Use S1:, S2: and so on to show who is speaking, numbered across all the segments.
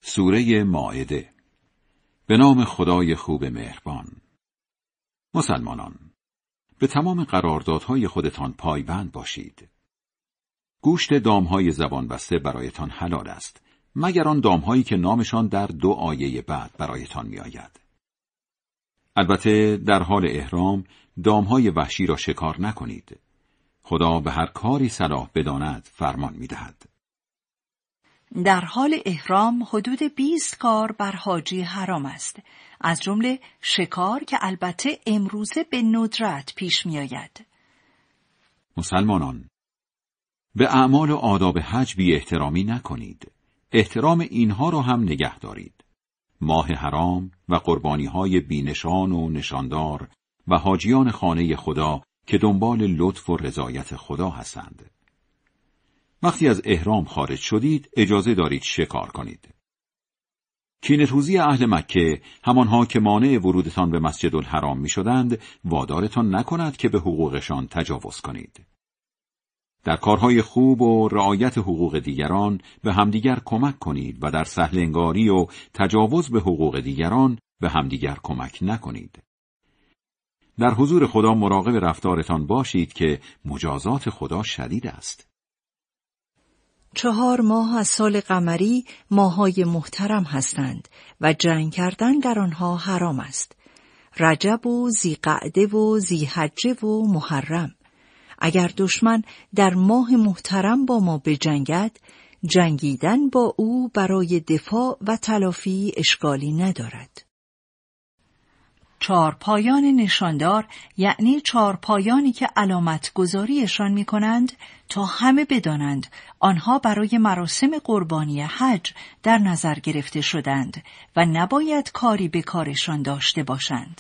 S1: سوره مائده. به نام خدای خوب مهربان. مسلمانان، به تمام قراردادهای خودتان پایبند باشید. گوشت دامهای زبان بسته برایتان حلال است، مگر آن دامهایی که نامشان در 2 آیه بعد برایتان می آید. البته در حال احرام دامهای وحشی را شکار نکنید. خدا به هر کاری صلاح بداند فرمان می دهد.
S2: در حال احرام حدود 20 کار بر حاجی حرام است، از جمله شکار که البته امروزه به ندرت پیش می آید.
S1: مسلمانان، به اعمال و آداب حج بی احترامی نکنید. احترام اینها را هم نگه دارید. ماه حرام و قربانی‌های بی‌نشان و نشاندار و حاجیان خانه خدا که دنبال لطف و رضایت خدا هستند. وقتی از احرام خارج شدید اجازه دارید شکار کنید. کینه‌توزی اهل مکه، همانها که مانع ورودتان به مسجد الحرام می شدند، وادارتان نکند که به حقوقشان تجاوز کنید. در کارهای خوب و رعایت حقوق دیگران به همدیگر کمک کنید و در سهل‌انگاری و تجاوز به حقوق دیگران به همدیگر کمک نکنید. در حضور خدا مراقب رفتارتان باشید که مجازات خدا شدید است.
S2: 4 ماه از سال قمری ماه‌های محترم هستند و جنگ کردن در آنها حرام است. رجب و ذی‌قعده و ذی‌حجه و محرم. اگر دشمن در ماه محترم با ما بجنگد، جنگیدن با او برای دفاع و تلافی اشکالی ندارد. 4 پایان نشاندار یعنی 4 پایانی که علامت گذاریشان می کنند تا همه بدانند آنها برای مراسم قربانی حج در نظر گرفته شدند و نباید کاری به کارشان داشته باشند.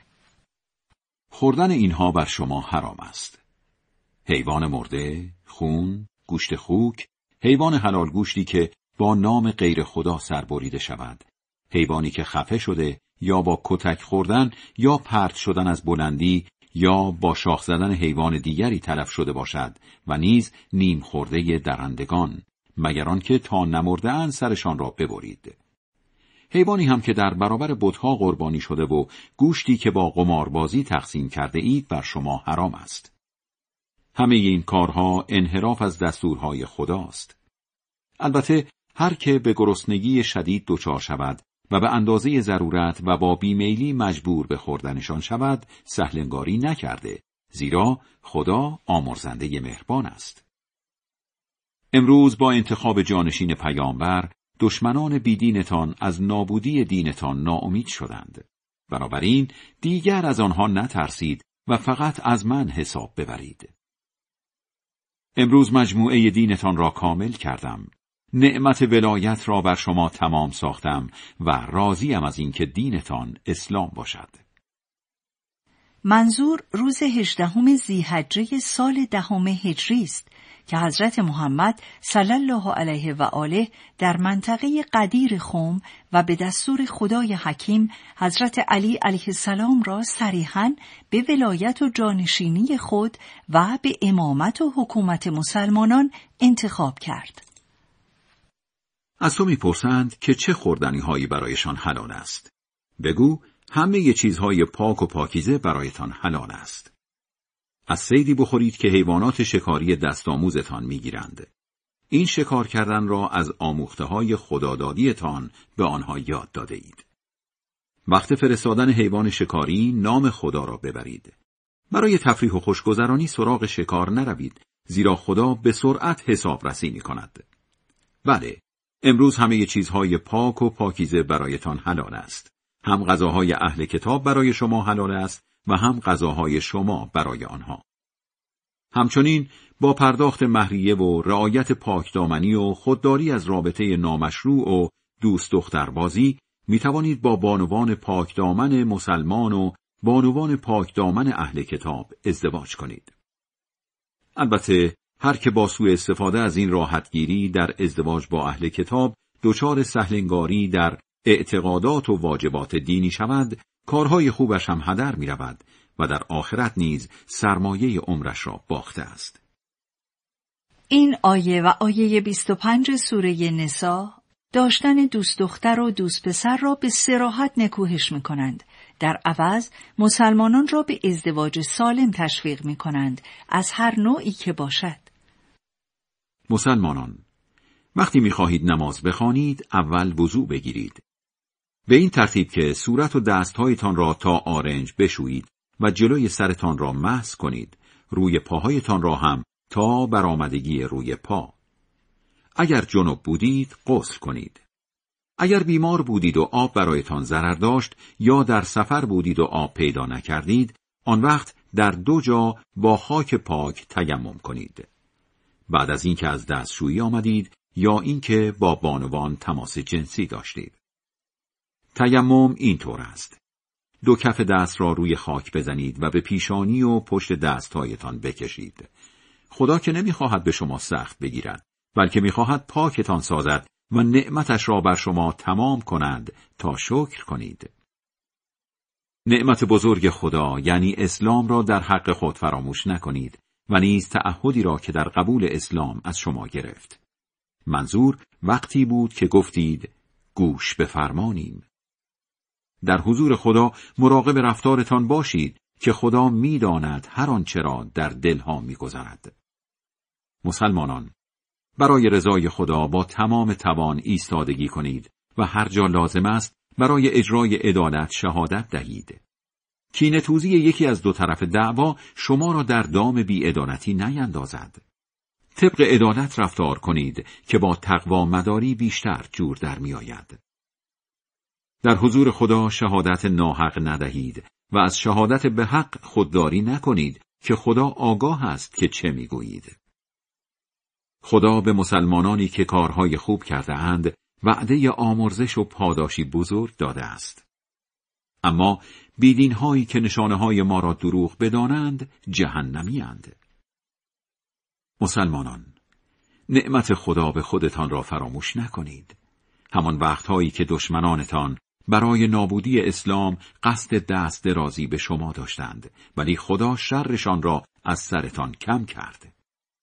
S1: خوردن اینها بر شما حرام است. حیوان مرده، خون، گوشت خوک، حیوان حلال گوشتی که با نام غیر خدا سربریده شود، حیوانی که خفه شده یا با کتک خوردن یا پرت شدن از بلندی یا با شاخ زدن حیوان دیگری تلف شده باشد و نیز نیم خورده درندگان، مگر آنکه تا نمرده‌اند سرشان را ببرید. حیوانی هم که در برابر بت‌ها قربانی شده و گوشتی که با قماربازی تقسیم کرده اید بر شما حرام است. همه این کارها انحراف از دستورهای خداست. البته هر که به گرسنگی شدید دچار شود و به اندازه ضرورت و با بیمیلی مجبور به خوردنشان شود، سهل‌انگاری نکرده، زیرا خدا آمرزنده مهربان است. امروز با انتخاب جانشین پیامبر، دشمنان بیدینتان از نابودی دینتان ناامید شدند. بنابراین دیگر از آنها نترسید و فقط از من حساب ببرید. امروز مجموعه دینتان را کامل کردم. نعمت ولایت را بر شما تمام ساختم و راضیم از اینکه دینتان اسلام باشد.
S2: منظور روز 18 ذی‌حجه سال 10 هجری است که حضرت محمد صلی الله علیه و آله در منطقه غدیر خم و به دستور خدای حکیم حضرت علی علیه السلام را صریحاً به ولایت و جانشینی خود و به امامت و حکومت مسلمانان انتخاب کرد.
S1: از تو می‌پرسند که چه خوردنی هایی برایشان حلال است. بگو همه چیزهای پاک و پاکیزه برایتان حلال است. از صیدی بخورید که حیوانات شکاری دست آموزتان میگیرند. این شکار کردن را از آموخته‌های خدادادیتان به آنها یاد داده اید. وقت فرستادن حیوان شکاری نام خدا را ببرید. برای تفریح و خوشگذرانی سراغ شکار نروید، زیرا خدا به سرعت حسابرسی می‌کند. بله، امروز همه چیزهای پاک و پاکیزه برایتان حلال است. هم غذاهای اهل کتاب برای شما حلال است و هم غذاهای شما برای آنها. همچنین با پرداخت مهریه و رعایت پاکدامنی و خودداری از رابطه نامشروع و دوست دختربازی می توانید با بانوان پاکدامن مسلمان و بانوان پاکدامن اهل کتاب ازدواج کنید. البته هر که با سوء استفاده از این راحتگیری در ازدواج با اهل کتاب دچار سهل‌انگاری در اعتقادات و واجبات دینی شود، کارهای خوبش هم هدر می رود و در آخرت نیز سرمایه عمرش را باخته است.
S2: این آیه و آیه 25 سوره نساء داشتن دوست دختر و دوست پسر را به صراحت نکوهش می کنند. در عوض مسلمانان را به ازدواج سالم تشویق می کنند، از هر نوعی که باشد.
S1: مسلمانان، وقتی می خواهید نماز بخوانید، اول وضو بگیرید. به این ترتیب که صورت و دستهایتان را تا آرنج بشویید و جلوی سرتان را مسح کنید، روی پاهایتان را هم تا برآمدگی روی پا. اگر جنب بودید، غسل کنید. اگر بیمار بودید و آب برایتان ضرر داشت یا در سفر بودید و آب پیدا نکردید، آن وقت در 2 جا با خاک پاک تیمم کنید. بعد از اینکه از دستشویی آمدید یا اینکه با بانوان تماس جنسی داشتید. تیمم این طور است: 2 کف دست را روی خاک بزنید و به پیشانی و پشت دستهایتان بکشید. خدا که نمیخواهد به شما سخت بگیرد، بلکه میخواهد پاکتان سازد و نعمتش را بر شما تمام کنند تا شکر کنید. نعمت بزرگ خدا یعنی اسلام را در حق خود فراموش نکنید و نیز تعهدی را که در قبول اسلام از شما گرفت. منظور وقتی بود که گفتید گوش به فرمانیم. در حضور خدا مراقب رفتارتان باشید که خدا می‌داند هر آنچه را در دلها می‌گذرد. مسلمانان، برای رضای خدا با تمام توان ایستادگی کنید و هر جا لازم است برای اجرای عدالت شهادت دهید. کینه‌توزی یکی از 2 طرف دعوا شما را در دام بی‌عدالتی نیندازد. طبق عدالت رفتار کنید که با تقوا مداری بیشتر جور در می‌آید. در حضور خدا شهادت ناحق ندهید و از شهادت به حق خودداری نکنید که خدا آگاه است که چه می‌گویید. خدا به مسلمانانی که کارهای خوب کرده اند وعده آمرزش و پاداشی بزرگ داده است. اما بیدین‌هایی که نشانه‌های ما را دروغ بدانند جهنمی‌اند. مسلمانان، نعمت خدا به خودتان را فراموش نکنید. همان وقتهایی که دشمنانتان برای نابودی اسلام قصد دست درازی به شما داشتند، ولی خدا شرشان را از سرتان کم کرد.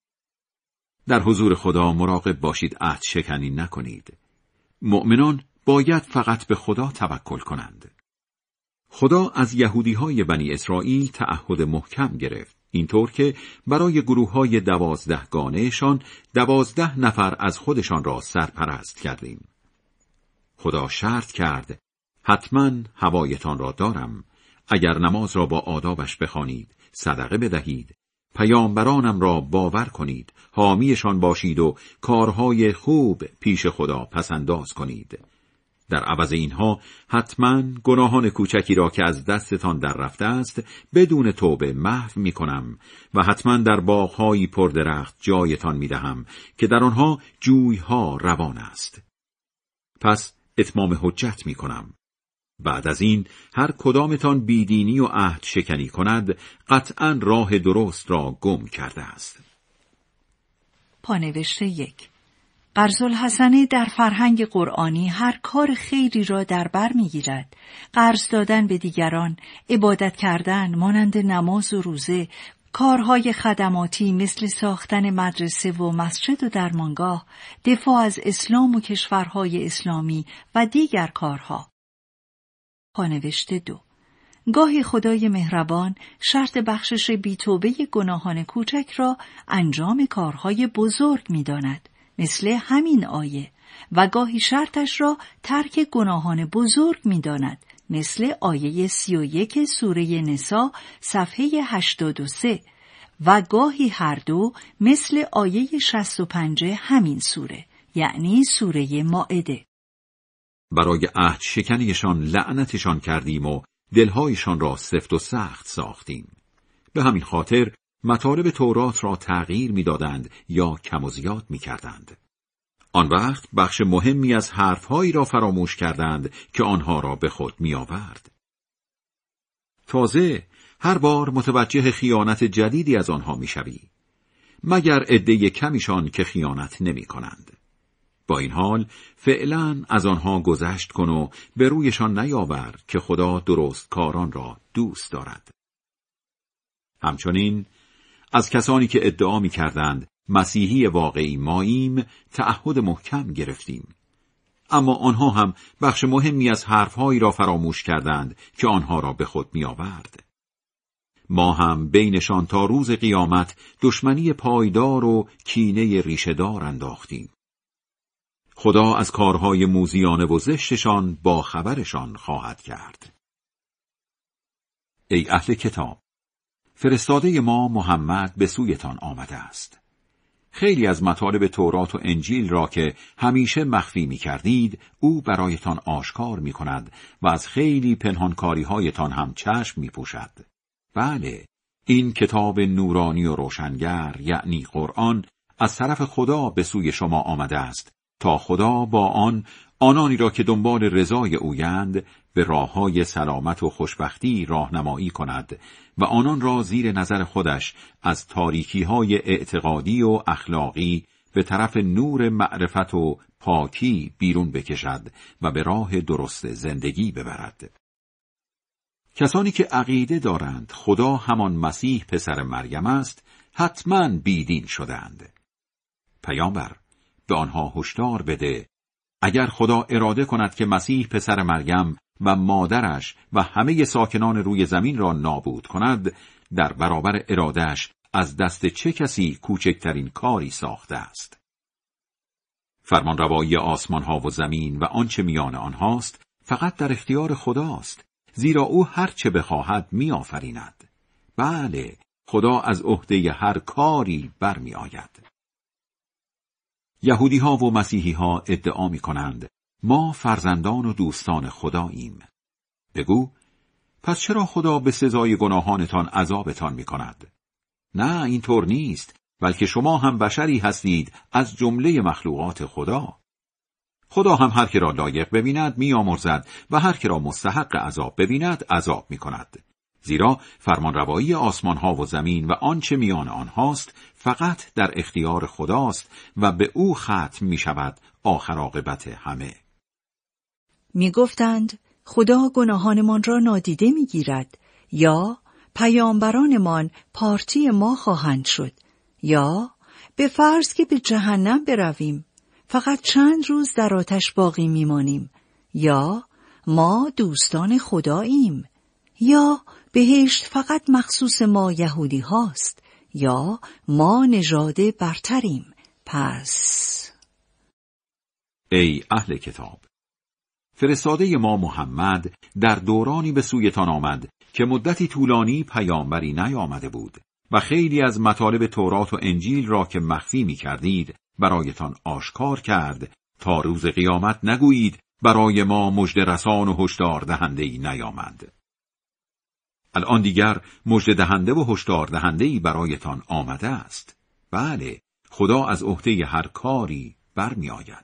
S1: در حضور خدا مراقب باشید عهد شکنی نکنید. مؤمنان باید فقط به خدا توکل کنند. خدا از یهودی‌های بنی اسرائیل تعهد محکم گرفت، اینطور که برای گروه‌های 12 گانه‌شان 12 نفر از خودشان را سرپرست کردیم. خدا شرط کرد: حتما هوایتان را دارم. اگر نماز را با آدابش بخوانید، صدقه بدهید، پیامبرانم را باور کنید، حامیشان باشید و کارهای خوب پیش خدا پسنداز کنید. در عوض اینها حتما گناهان کوچکی را که از دستتان در رفته است بدون توبه محو می کنم و حتما در باغ‌هایی پردرخت جایتان می دهم که در آنها جویها روان است. پس اتمام حجت می کنم. بعد از این هر کدامتان بیدینی و عهد شکنی کند قطعاً راه درست را گم کرده است.
S2: پانوشته 1. قرض‌الحسنه در فرهنگ قرآنی هر کار خیری را در بر می‌گیرد. قرض دادن به دیگران، عبادت کردن مانند نماز و روزه، کارهای خدماتی مثل ساختن مدرسه و مسجد و درمانگاه، دفاع از اسلام و کشورهای اسلامی و دیگر کارها. پانوشته 2. گاهی خدای مهربان شرط بخشش بی‌توبه گناهان کوچک را انجام کارهای بزرگ می‌داند، مثل همین آیه، و گاهی شرطش را ترک گناهان بزرگ می‌داند، مثل آیه 31 سوره نساء صفحه 83، و گاهی هر دو مثل آیه 65 همین سوره، یعنی سوره مائده.
S1: برای عهد شکنیشان لعنتشان کردیم و دلهایشان را سفت و سخت ساختیم. به همین خاطر مطالب تورات را تغییر می‌دادند یا کم و زیاد می‌کردند. آن وقت بخش مهمی از حرفهایی را فراموش کردند که آنها را به خود می‌آورد. تازه هر بار متوجه خیانت جدیدی از آنها می‌شوی، مگر عده کمیشان که خیانت نمی‌کنند. با این حال فعلا از آنها گذشت کن و به رویشان نیاور که خدا درست کاران را دوست دارد. همچنین از کسانی که ادعا می کردند مسیحی واقعی ماییم تعهد محکم گرفتیم. اما آنها هم بخش مهمی از حرفهایی را فراموش کردند که آنها را به خود می آورد. ما هم بینشان تا روز قیامت دشمنی پایدار و کینه ریشه‌دار انداختیم. خدا از کارهای موذیانه و زشتشان با خبرشان خواهد کرد. ای اهل کتاب، فرستاده ما محمد به سویتان آمده است. خیلی از مطالب تورات و انجیل را که همیشه مخفی می کردید، او برایتان آشکار می کند و از خیلی پنهانکاری هایتان هم چشم می پوشد. بله، این کتاب نورانی و روشنگر یعنی قرآن از طرف خدا به سوی شما آمده است تا خدا با آنانی را که دنبال رضای اویند به راههای سلامت و خوشبختی راهنمایی کند و آنان را زیر نظر خودش از تاریکی‌های اعتقادی و اخلاقی به طرف نور معرفت و پاکی بیرون بکشد و به راه درست زندگی ببرد. کسانی که عقیده دارند خدا همان مسیح پسر مریم است، حتماً بیدین شدند. پیامبر، به آنها هشدار بده اگر خدا اراده کند که مسیح پسر مریم و مادرش و همه ساکنان روی زمین را نابود کند، در برابر ارادهش از دست چه کسی کوچکترین کاری ساخته است؟ فرمانروایی آسمان ها و زمین و آنچه میان آنهاست فقط در اختیار خداست، زیرا او هر چه بخواهد می آفریند. بله، خدا از عهده هر کاری برمی آید. یهودی ها و مسیحی ها ادعا می کنند ما فرزندان و دوستان خداییم. بگو، پس چرا خدا به سزای گناهانتان عذابتان می کند؟ نه، اینطور نیست، بلکه شما هم بشری هستید از جمله مخلوقات خدا. خدا هم هر که را لایق ببیند می آمرزد و هر که را مستحق عذاب ببیند عذاب می کند. زیرا فرمانروایی آسمان ها و زمین و آنچه میان آنهاست فقط در اختیار خداست و به او ختم می شود آخر عاقبت همه.
S2: می گفتند خدا گناهانمان را نادیده می گیرد، یا پیامبرانمان پارتی ما خواهند شد، یا به فرض که به جهنم برویم فقط چند روز در آتش باقی می مانیم، یا ما دوستان خداییم، یا بهشت فقط مخصوص ما یهودی هاست، یا ما نژاد برتریم. پس
S1: ای اهل کتاب، فرستاده ما محمد در دورانی به سویتان آمد که مدتی طولانی پیامبری نیامده بود و خیلی از مطالب تورات و انجیل را که مخفی می کردید برایتان آشکار کرد تا روز قیامت نگویید برای ما مژده رسان و هشدار دهنده‌ای نیامد. الان دیگر مژده دهنده و هشدار دهنده‌ای برایتان آمده است. بله، خدا از عهده هر کاری برمی آید.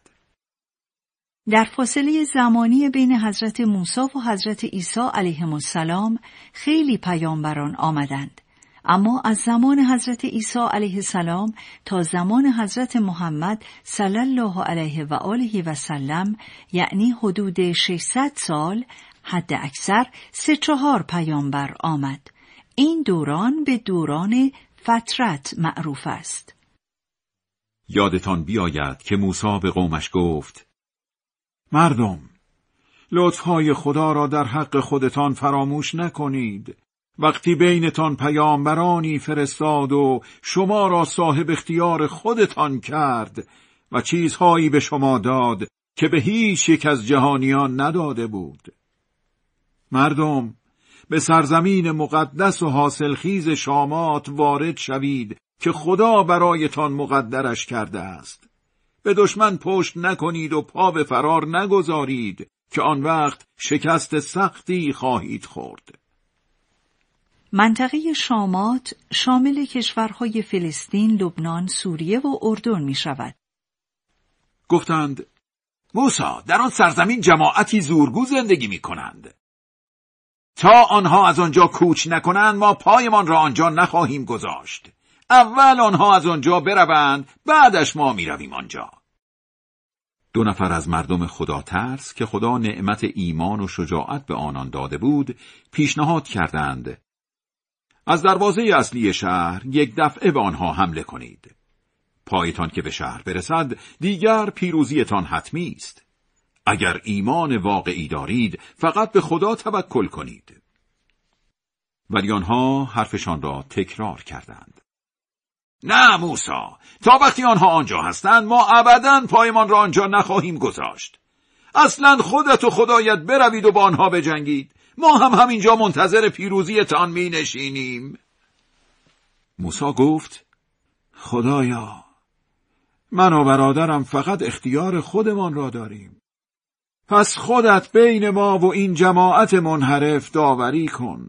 S2: در فاصله زمانی بین حضرت موسی و حضرت عیسی علیهم السلام خیلی پیامبران آمدند، اما از زمان حضرت عیسی علیه السلام تا زمان حضرت محمد صلی الله علیه و آله و سلم، یعنی حدود 600 سال، حد اکثر 3-4 پیامبر آمد. این دوران به دوران فترت معروف است.
S1: یادتان بیاید که موسی به قومش گفت: مردم، لطفهای خدا را در حق خودتان فراموش نکنید. وقتی بینتان پیامبرانی فرستاد و شما را صاحب اختیار خودتان کرد و چیزهایی به شما داد که به هیچ یک از جهانیان نداده بود. مردم، به سرزمین مقدس و حاصلخیز شامات وارد شوید که خدا برایتان مقدرش کرده است. به دشمن پشت نکنید و پا به فرار نگذارید که آن وقت شکست سختی خواهید خورد.
S2: منطقه شامات شامل کشورهای فلسطین، لبنان، سوریه و اردن می شود.
S1: گفتند: موسی، در آن سرزمین جماعتی زورگو زندگی می کنند. تا آنها از آنجا کوچ نکنند ما پایمان را آنجا نخواهیم گذاشت. اول آنها از آنجا بروند، بعدش ما می رویم آنجا. 2 نفر از مردم خدا ترس که خدا نعمت ایمان و شجاعت به آنان داده بود پیشنهاد کردند: از دروازه اصلی شهر یک دفعه به آنها حمله کنید. پایتان که به شهر برسد دیگر پیروزیتان حتمی است. اگر ایمان واقعی دارید فقط به خدا توکل کنید. ولی آنها حرفشان را تکرار کردند. نه موسی، تا وقتی آنها آنجا هستند ما ابداً پایمان را آنجا نخواهیم گذاشت. اصلاً خودت و خدایت بروید و با آنها بجنگید. ما هم همینجا منتظر پیروزیتان می نشینیم. موسی گفت خدایا، من و برادرم فقط اختیار خودمان را داریم. پس خودت بین ما و این جماعت منحرف داوری کن.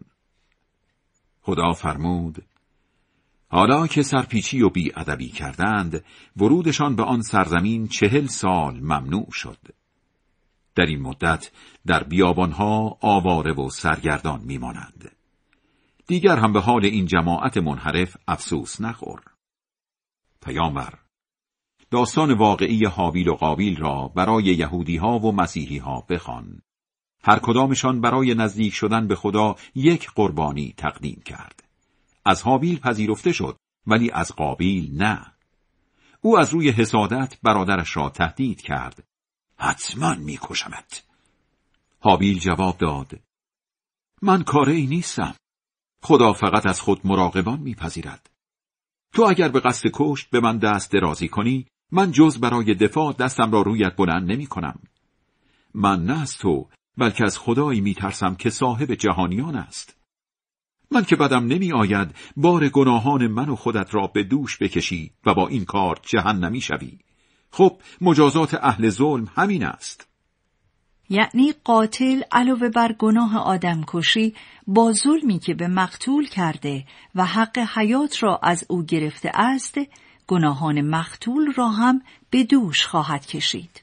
S1: خدا فرمود حالا که سرپیچی و بی‌ادبی کردند، ورودشان به آن سرزمین 40 سال ممنوع شد. در این مدت در بیابانها آواره و سرگردان میمانند. دیگر هم به حال این جماعت منحرف افسوس نخور. پیامبر، داستان واقعی هابیل و قابیل را برای یهودی‌ها و مسیحی‌ها بخوان. هر کدامشان برای نزدیک شدن به خدا یک قربانی تقدیم کرد. از هابیل پذیرفته شد، ولی از قابیل نه. او از روی حسادت برادرش را تهدید کرد. حتما میکشمت. هابیل جواب داد من کاری نیستم. خدا فقط از خود مراقبان میپذیرد. تو اگر به قصد کشت به من دست درازی کنی، من جز برای دفاع دستم را رویت بلند نمی کنم. من نه از تو، بلکه از خدایی میترسم که صاحب جهانیان است. من که بدم نمی آید بار گناهان من و خودت را به دوش بکشی و با این کار جهنمی شوی. خب مجازات اهل ظلم همین است.
S2: یعنی قاتل علاوه بر گناه آدمکشی با ظلمی که به مقتول کرده و حق حیات را از او گرفته است، گناهان مقتول را هم به دوش خواهد کشید.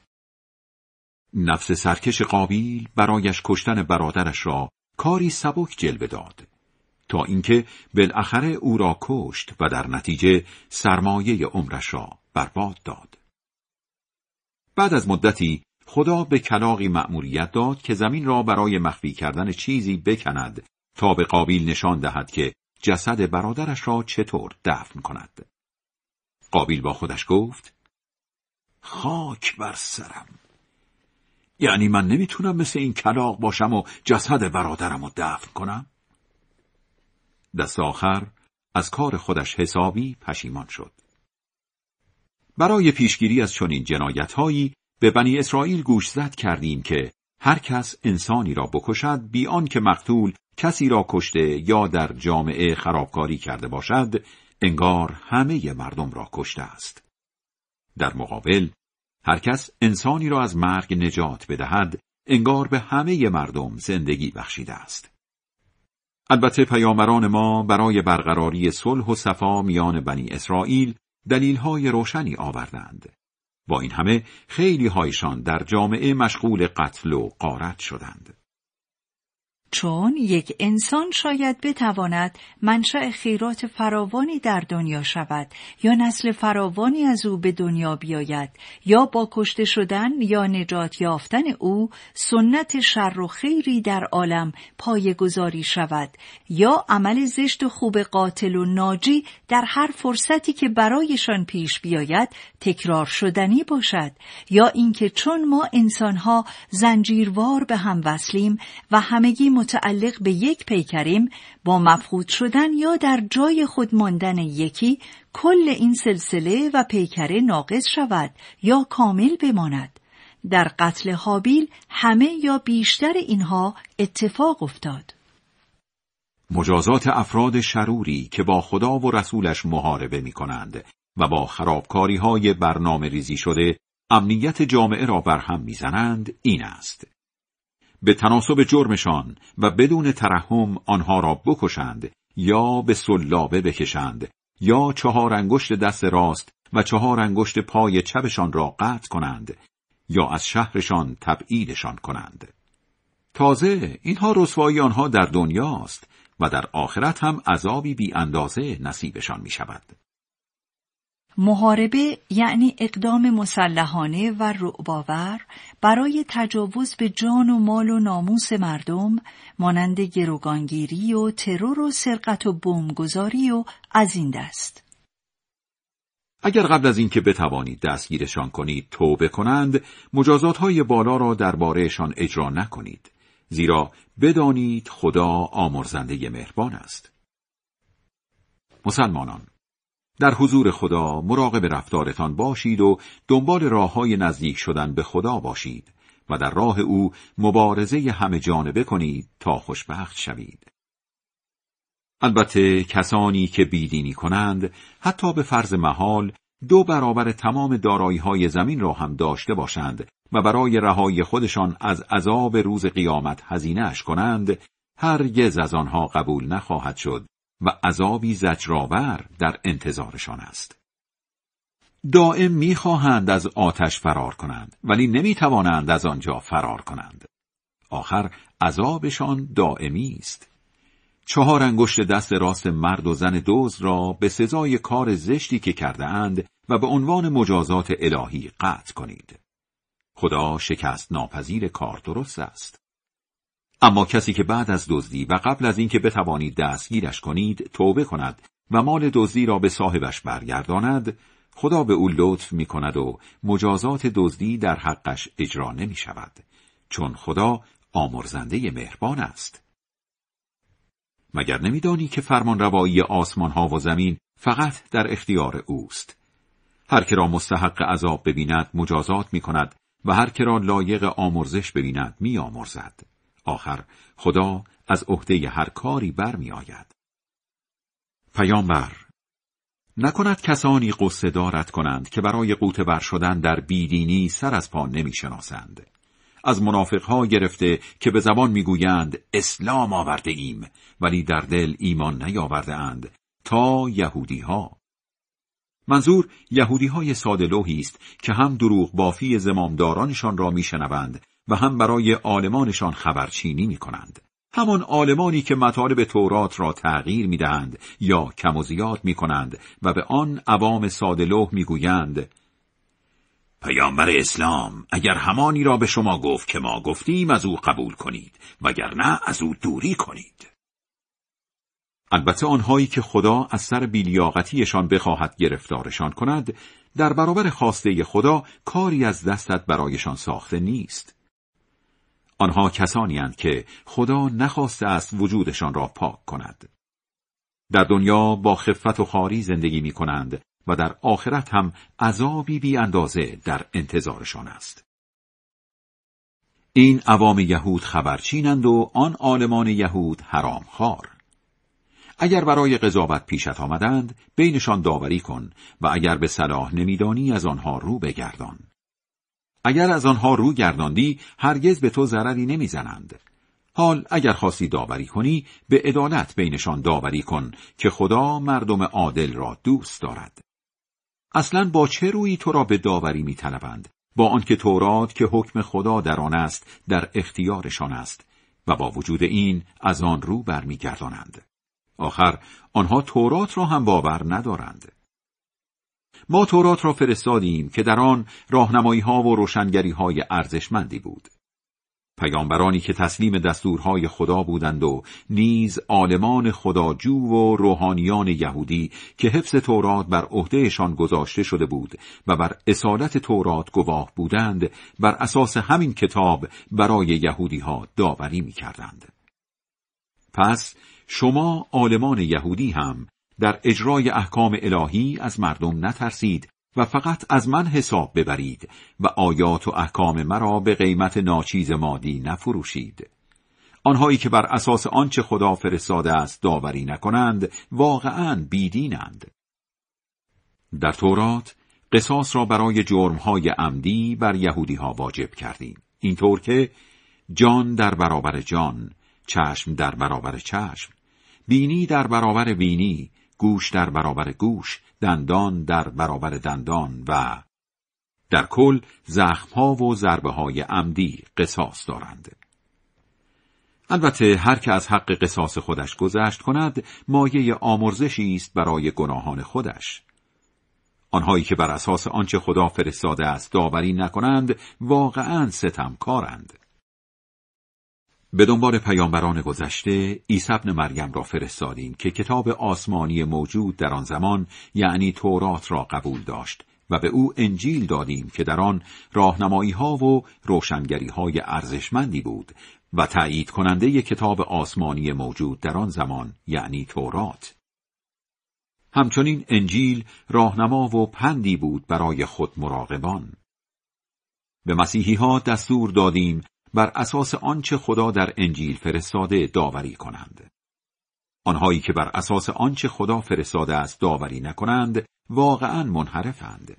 S1: نفس سرکش قابیل برایش کشتن برادرش را کاری سبک جلوه داد، تا اینکه بالاخره او را کشت و در نتیجه سرمایه عمرش را برباد داد. بعد از مدتی خدا به کلاغی مأموریت داد که زمین را برای مخفی کردن چیزی بکند تا به قابیل نشان دهد که جسد برادرش را چطور دفن کند. قابیل با خودش گفت خاک بر سرم. یعنی من نمیتونم مثل این کلاغ باشم و جسد برادرم رو دفن کنم؟ دست آخر از کار خودش حسابی پشیمان شد. برای پیشگیری از چنین جنایت‌هایی به بنی اسرائیل گوشزد کردیم که هر کس انسانی را بکشد بی آنکه مقتول کسی را کشته یا در جامعه خرابکاری کرده باشد، انگار همه مردم را کشته است. در مقابل هر کس انسانی را از مرگ نجات بدهد، انگار به همه مردم زندگی بخشیده است. البته پیامبران ما برای برقراری صلح و صفا میان بنی اسرائیل دلیل‌های روشنی آوردند. با این همه خیلی هایشان در جامعه مشغول قتل و غارت شدند.
S2: چون یک انسان شاید بتواند منشأ خیرات فراوانی در دنیا شود یا نسل فراوانی از او به دنیا بیاید یا با کشته شدن یا نجات یافتن او سنت شر و خیری در عالم پایه‌گذاری شود یا عمل زشت و خوب قاتل و ناجی در هر فرصتی که برایشان پیش بیاید تکرار شدنی باشد، یا اینکه چون ما انسانها زنجیروار به هم وصلیم و همگی متعلق به یک پیکریم، با مفقود شدن یا در جای خود ماندن یکی کل این سلسله و پیکره ناقص شود یا کامل بماند. در قتل هابیل همه یا بیشتر اینها اتفاق افتاد.
S1: مجازات افراد شروری که با خدا و رسولش محاربه می کنند و با خرابکاری های برنامه ریزی شده امنیت جامعه را برهم می زنند این است: به تناسب جرمشان و بدون ترحم آنها را بکشند یا به سلابه بکشند یا 4 انگشت دست راست و 4 انگشت پای چپشان را قطع کنند یا از شهرشان تبعیدشان کنند. تازه اینها رسوایی آنها در دنیاست و در آخرت هم عذابی بی اندازه نصیبشان می شود.
S2: محاربه یعنی اقدام مسلحانه و رعب‌آور برای تجاوز به جان و مال و ناموس مردم، مانند گروگانگیری و ترور و سرقت و بمبگذاری و از این دست.
S1: اگر قبل از اینکه بتوانید دستگیرشان کنید توبه کنند، مجازات‌های بالا را درباره‌شان اجرا نکنید، زیرا بدانید خدا آمرزنده مهربان است. مسلمانان، در حضور خدا مراقب رفتارتان باشید و دنبال راه‌های نزدیک شدن به خدا باشید و در راه او مبارزه همه جانبه کنید تا خوشبخت شوید. البته کسانی که بیدینی کنند حتی به فرض محال 2 برابر تمام دارایی‌های زمین را هم داشته باشند و برای رهایی خودشان از عذاب روز قیامت هزینه‌اش کنند، هرگز از آنها قبول نخواهد شد و عذابی زجرآور در انتظارشان است. دائم می‌خواهند از آتش فرار کنند ولی نمی‌توانند از آنجا فرار کنند. آخر عذابشان دائمی است. 4 انگشت دست راست مرد و زن دزد را به سزای کار زشتی که کرده اند و به عنوان مجازات الهی قطع کنید. خدا شکست ناپذیر کار درست است. اما کسی که بعد از دزدی و قبل از اینکه بتوانید دستگیرش کنید توبه کند و مال دزدی را به صاحبش برگرداند، خدا به او لطف می کند و مجازات دزدی در حقش اجرا نمی شود، چون خدا آمرزنده مهربان است. مگر نمی‌دانی که فرمانروایی آسمان ها و زمین فقط در اختیار اوست؟ هر که را مستحق عذاب ببیند مجازات می کند و هر که را لایق آمرزش ببیند می آمرزد. آخر خدا از عهده هر کاری برمی آید. پیامبر، نکند کسانی قصه دارت کنند که برای غوطه ور شدن در بیدینی سر از پا نمی شناسند. از منافقها گرفته که به زبان میگویند اسلام آورده ایم ولی در دل ایمان نیاورده اند، تا یهودیها. منظور یهودیهای ساده لوحی است که هم دروغ بافی زمامدارانشان را میشنوند و هم برای عالمانشان خبرچینی میکنند. همان عالمانی که مطالب تورات را تغییر میدهند یا کم و زیاد میکنند و به آن عوام ساده لوح میگویند پیامبر اسلام اگر همانی را به شما گفت که ما گفتیم از او قبول کنید، وگرنه از او دوری کنید. البته آنهایی که خدا از سر بی‌لیاقتیشان بخواهد گرفتارشان کند، در برابر خواسته خدا کاری از دستت برایشان ساخته نیست. آنها کسانی اند که خدا نخواسته است وجودشان را پاک کند. در دنیا با خفت و خواری زندگی می کنند و در آخرت هم عذابی بی اندازه در انتظارشان است. این عوام یهود خبرچینند و آن عالمان یهود حرامخوار. اگر برای قضاوت پیشت آمدند بینشان داوری کن و اگر به صلاح نمیدانی از آنها رو بگردان. اگر از آنها رو گرداندی هرگز به تو ضرری نمیزنند. حال اگر خواستی داوری کنی به عدالت بینشان داوری کن که خدا مردم عادل را دوست دارد. اصلاً با چه رویی تو را به داوری می‌طلبند؟ با آنکه تورات که حکم خدا در آن است در اختیارشان است و با وجود این از آن رو برمیگردانند. آخر آنها تورات را هم باور ندارند. ما تورات را فرستادیم که در آن راهنمایی‌ها و روشنگری‌های ارزشمندی بود. پیامبرانی که تسلیم دستورهای خدا بودند و نیز عالمان خداجو و روحانیان یهودی که حفظ تورات بر عهدهشان گذاشته شده بود و بر اصالت تورات گواه بودند، بر اساس همین کتاب برای یهودی‌ها داوری می‌کردند. پس شما عالمان یهودی هم در اجرای احکام الهی از مردم نترسید و فقط از من حساب ببرید و آیات و احکام مرا به قیمت ناچیز مادی نفروشید. آنهایی که بر اساس آنچه خدا فرستاده است داوری نکنند واقعاً بیدینند. در تورات قصاص را برای جرم‌های عمدی بر یهودی‌ها واجب کردیم، اینطور که جان در برابر جان، چشم در برابر چشم، بینی در برابر بینی، گوش در برابر گوش، دندان در برابر دندان و در کل زخم‌ها و ضربه‌های عمدی قصاص دارند. البته هر که از حق قصاص خودش گذشت کند مایه آمرزشی است برای گناهان خودش. آنهایی که بر اساس آنچه خدا فرستاده است داوری نکنند واقعاً ستمکارند. به دنبال پیامبران گذشته عیسی ابن مریم را فرستادیم که کتاب آسمانی موجود در آن زمان یعنی تورات را قبول داشت و به او انجیل دادیم که در آن راهنمایی‌ها و روشنگری‌های ارزشمندی بود و تأیید کننده کتاب آسمانی موجود در آن زمان یعنی تورات. همچنین انجیل راهنما و پندی بود برای خود مراقبان. به مسیحی‌ها دستور دادیم بر اساس آنچه خدا در انجیل فرستاده داوری کنند. آنهایی که بر اساس آنچه خدا فرستاده است داوری نکنند واقعاً منحرفند.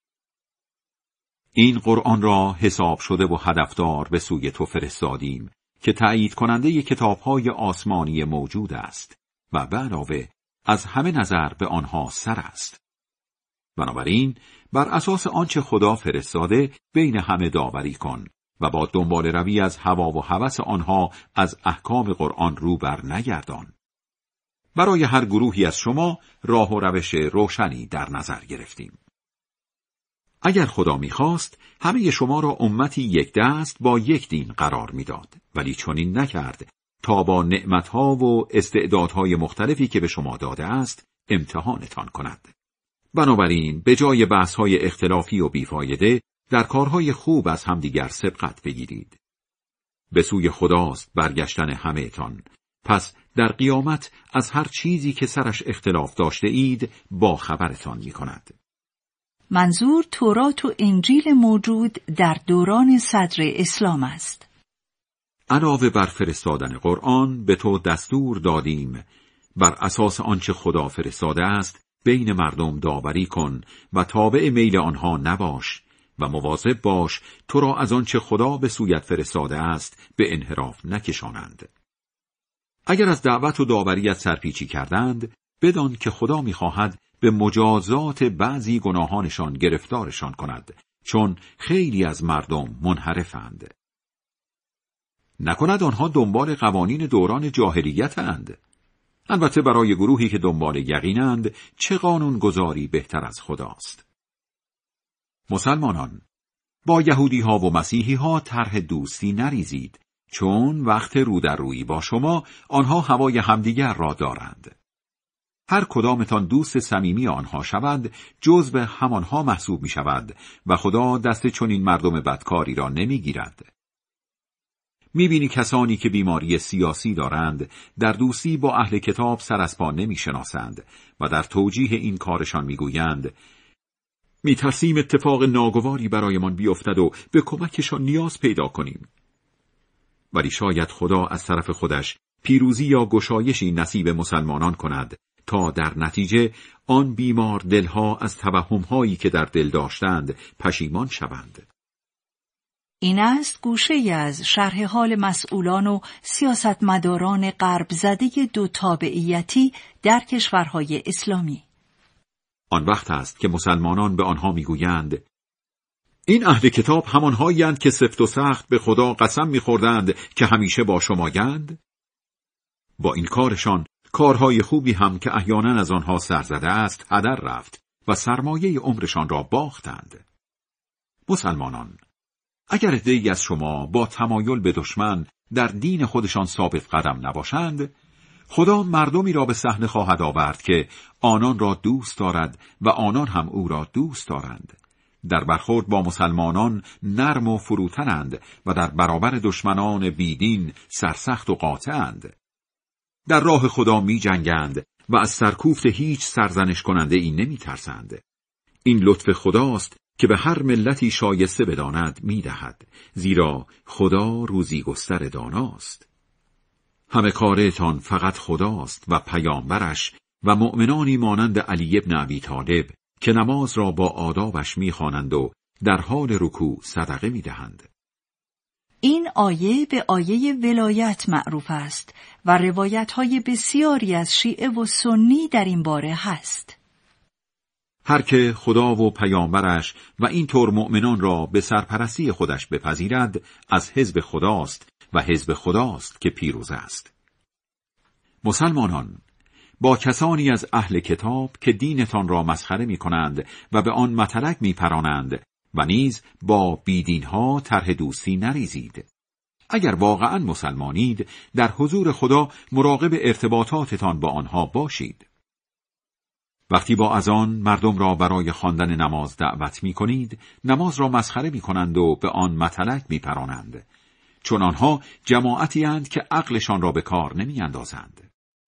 S1: این قرآن را حساب شده و هدفدار به سوی تو فرستادیم که تأیید کننده کتاب‌های آسمانی موجود است و به علاوه از همه نظر به آنها سر است. بنابراین بر اساس آنچه خدا فرستاده بین همه داوری کن و با دنبال روی از هوا و هوس آنها از احکام قرآن رو بر نگردان. برای هر گروهی از شما راه و روش روشنی در نظر گرفتیم. اگر خدا می‌خواست همه شما را امتی یک دست با یک دین قرار می‌داد، ولی چنین نکرد تا با نعمت‌ها و استعدادهای مختلفی که به شما داده است امتحانتان کند. بنابراین به جای بحث‌های اختلافی و بیفایده در کارهای خوب از همدیگر سبقت بگیرید. به سوی خداست برگشتن همه‌تان، پس در قیامت از هر چیزی که سرش اختلاف داشته اید با خبرتان می‌کند.
S2: منظور تورات و انجیل موجود در دوران صدر اسلام است.
S1: علاوه بر فرستادن قرآن به تو دستور دادیم بر اساس آنچه خدا فرستاده است بین مردم داوری کن و تابع میل آنها نباش و مواظب باش تو را از آنچه خدا به سویت فرستاده است به انحراف نکشانند. اگر از دعوت و داوریت سرپیچی کردند بدان که خدا می‌خواهد به مجازات بعضی گناهانشان گرفتارشان کند، چون خیلی از مردم منحرفند. نکند آنها دنبال قوانین دوران جاهلیت‌اند. البته برای گروهی که دنبال یقینند چه قانون گذاری بهتر از خداست. مسلمانان، با یهودی‌ها و مسیحی‌ها طرح دوستی نریزید، چون وقت رو در رویی با شما آنها هوای همدیگر را دارند. هر کدامتان دوست صمیمی آنها شود جزو همانها محسوب می شود و خدا دست چنین مردم بدکاری را نمی گیرد. می بینی کسانی که بیماری سیاسی دارند در دوستی با اهل کتاب سر از پا نمی شناسند و در توجیه این کارشان می گویند می ترسیم اتفاق ناگواری برایمان بیفتد و به کمکشان نیاز پیدا کنیم. ولی شاید خدا از طرف خودش پیروزی یا گشایشی نصیب مسلمانان کند تا در نتیجه آن بیمار دلها از توهم‌هایی که در دل داشتند پشیمان شوند.
S2: این است گوشه‌ای از شرح حال مسئولان و سیاستمداران غرب زده دو تابعیتی در کشورهای اسلامی.
S1: آن وقت است که مسلمانان به آنها میگویند این اهل کتاب همانهایی اند که سفت و سخت به خدا قسم می‌خوردند که همیشه با شمایند. با این کارشان کارهای خوبی هم که احیانا از آنها سر زده است هدر رفت و سرمایه عمرشان را باختند. مسلمانان، اگر عده‌ای از شما با تمایل به دشمن در دین خودشان ثابت قدم نباشند، خدا مردمی را به صحنه خواهد آورد که آنان را دوست دارد و آنان هم او را دوست دارند. در برخورد با مسلمانان نرم و فروتنند و در برابر دشمنان بیدین سرسخت و قاطعند. در راه خدا می جنگند و از سرکوفت هیچ سرزنش کننده ای نمی ترسند. این لطف خداست که به هر ملتی شایسته بداند می دهد، زیرا خدا روزی گستر داناست. همه کارتان فقط خداست و پیامبرش و مؤمنانی مانند علی ابن ابی طالب که نماز را با آدابش می خوانند و در حال رکوع صدقه می دهند.
S2: این آیه به آیه ولایت معروف است و روایت‌های بسیاری از شیعه و سنی در این باره هست.
S1: هر که خدا و پیامبرش و اینطور مؤمنان را به سرپرستی خودش بپذیرد از حزب خداست و حزب خداست که پیروز است. مسلمانان، با کسانی از اهل کتاب که دینتان را مسخره می کنند و به آن متلک می پرانند و نیز با بیدینها طرح دوستی نریزید. اگر واقعا مسلمانید، در حضور خدا مراقب ارتباطاتتان با آنها باشید. وقتی با اذان مردم را برای خواندن نماز دعوت می کنید، نماز را مسخره می کنند و به آن متلک می پرانند، چون آنها جماعتی اند که عقلشان را به کار نمی اندازند.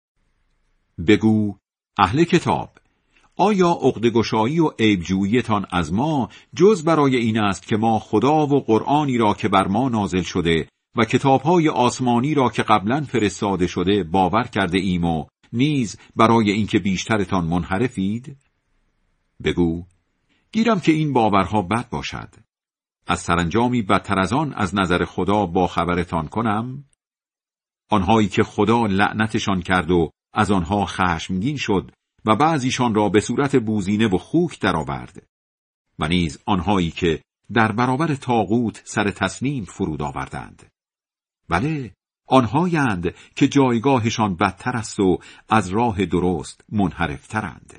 S1: بگو اهل کتاب، آیا عقده‌گشایی و عیبجویی‌تان از ما جز برای این است که ما خدا و قرآنی را که بر ما نازل شده و کتاب‌های آسمانی را که قبلا فرستاده شده باور کرده ایم و نیز برای اینکه بیشترتان منحرفید؟ بگو گیرم که این باورها بد باشد. از سرانجامی بدتر از آن از نظر خدا با خبرتان کنم؟ آنهایی که خدا لعنتشان کرد و از آنها خشمگین شد و بعضیشان را به صورت بوزینه و خوک درآورد، و نیز آنهایی که در برابر طاغوت سر تسلیم فرود آوردند. بله، آنهایند که جایگاهشان بدتر است و از راه درست منحرفترند.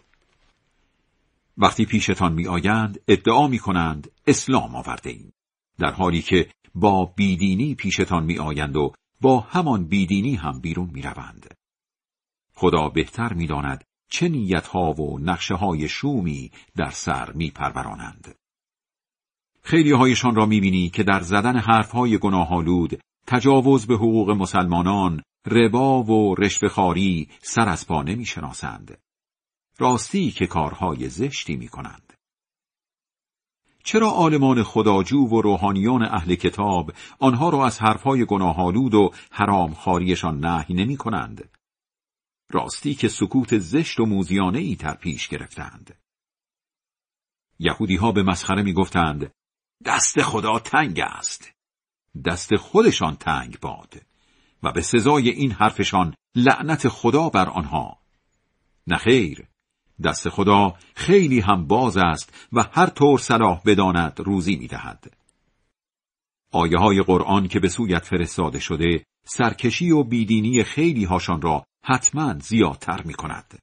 S1: وقتی پیشتان می آیند ادعا می کنند اسلام آورده ایم، در حالی که با بیدینی پیشتان می آیند و با همان بیدینی هم بیرون می روند. خدا بهتر می داند چه نیتها و نقشه های شومی در سر می پرورانند. خیلی هایشان را می بینی که در زدن حرفهای گناه‌آلود، تجاوز به حقوق مسلمانان، ربا و رشوه‌خواری سر از پا نمی شناسند. راستی که کارهای زشتی می کنند. چرا عالمان خداجو و روحانیان اهل کتاب آنها را از حرفهای گناه‌آلود و حرامخواریشان نهی نمی کنند؟ راستی که سکوت زشت و موذیانه ای در پیش گرفتند. یهودی ها به مسخره می گفتند دست خدا تنگ است. دست خودشان تنگ باد و به سزای این حرفشان لعنت خدا بر آنها. نخیر، دست خدا خیلی هم باز است و هر طور صلاح بداند روزی می دهد. آیه های قرآن که به سویت فرستاده شده سرکشی و بیدینی خیلی هاشان را حتما زیادتر می کند.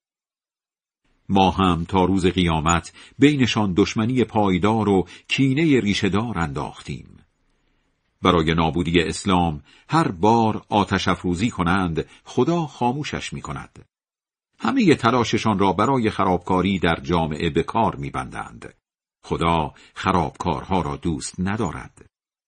S1: ما هم تا روز قیامت بینشان دشمنی پایدار و کینه ریشه‌دار انداختیم. برای نابودی اسلام هر بار آتش افروزی کنند خدا خاموشش می کند. همه تلاششان را برای خرابکاری در جامعه به کار می بندند. خدا خرابکارها را دوست ندارد.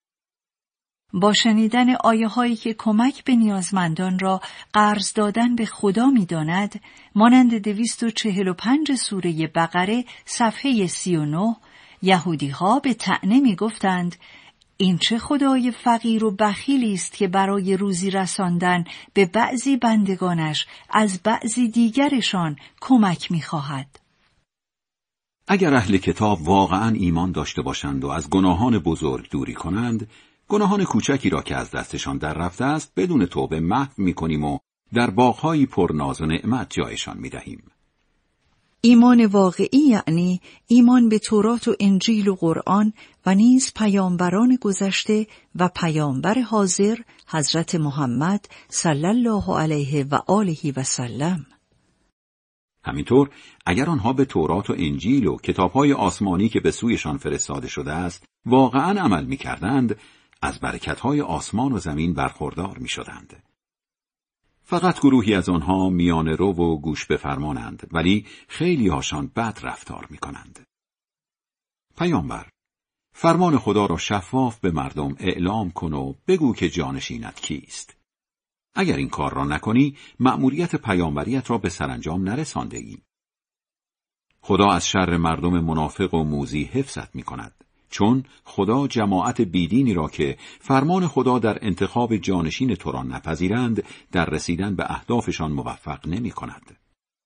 S2: با شنیدن آیه هایی که کمک به نیازمندان را قرض دادن به خدا می داند، مانند 245 سوره بقره صفحه 39، یهودی ها به طعنه می گفتند این چه خدای فقیر و بخیلی است که برای روزی رساندن به بعضی بندگانش از بعضی دیگرشان کمک می خواهد.
S1: اگر اهل کتاب واقعا ایمان داشته باشند و از گناهان بزرگ دوری کنند، گناهان کوچکی را که از دستشان در رفته است بدون توبه محو می‌کنیم و در باغ‌های پرناز و نعمت جایشان می‌دهیم.
S2: ایمان واقعی یعنی ایمان به تورات و انجیل و قرآن و نیز پیامبران گذشته و پیامبر حاضر حضرت محمد صلی الله علیه و آله و سلم.
S1: همینطور اگر آنها به تورات و انجیل و کتاب‌های آسمانی که به سویشان فرستاده شده است واقعاً عمل می‌کردند، از برکت‌های آسمان و زمین برخوردار می‌شدند. فقط گروهی از آنها میانه رو و گوش به فرمانند، ولی خیلی هاشان بد رفتار می‌کنند. پیامبر، فرمان خدا را شفاف به مردم اعلام کن و بگو که جانشینت کیست. اگر این کار را نکنی، مأموریت پیامبریت را به سرانجام نرسانده ای. خدا از شر مردم منافق و موذی حفظت می‌کند. چون خدا جماعت بیدینی را که فرمان خدا در انتخاب جانشین تو را نپذیرند در رسیدن به اهدافشان موفق نمی کند.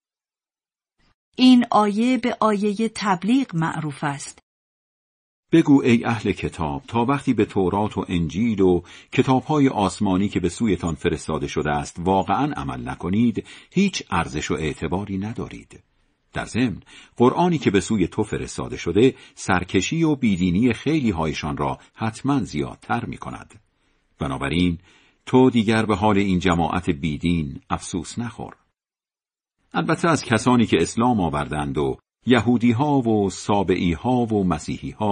S2: این آیه به آیه تبلیغ معروف است.
S1: بگو ای اهل کتاب تا وقتی به تورات و انجیل و کتاب‌های آسمانی که به سویتان فرستاده شده است واقعاً عمل نکنید، هیچ ارزش و اعتباری ندارید. در ضمن قرآنی که به سوی تو فرستاده شده سرکشی و بیدینی خیلی هایشان را حتما زیادتر می کند. بنابراین تو دیگر به حال این جماعت بیدین افسوس نخور. البته از کسانی که اسلام آوردند و یهودی ها و سابعی ها و مسیحی ها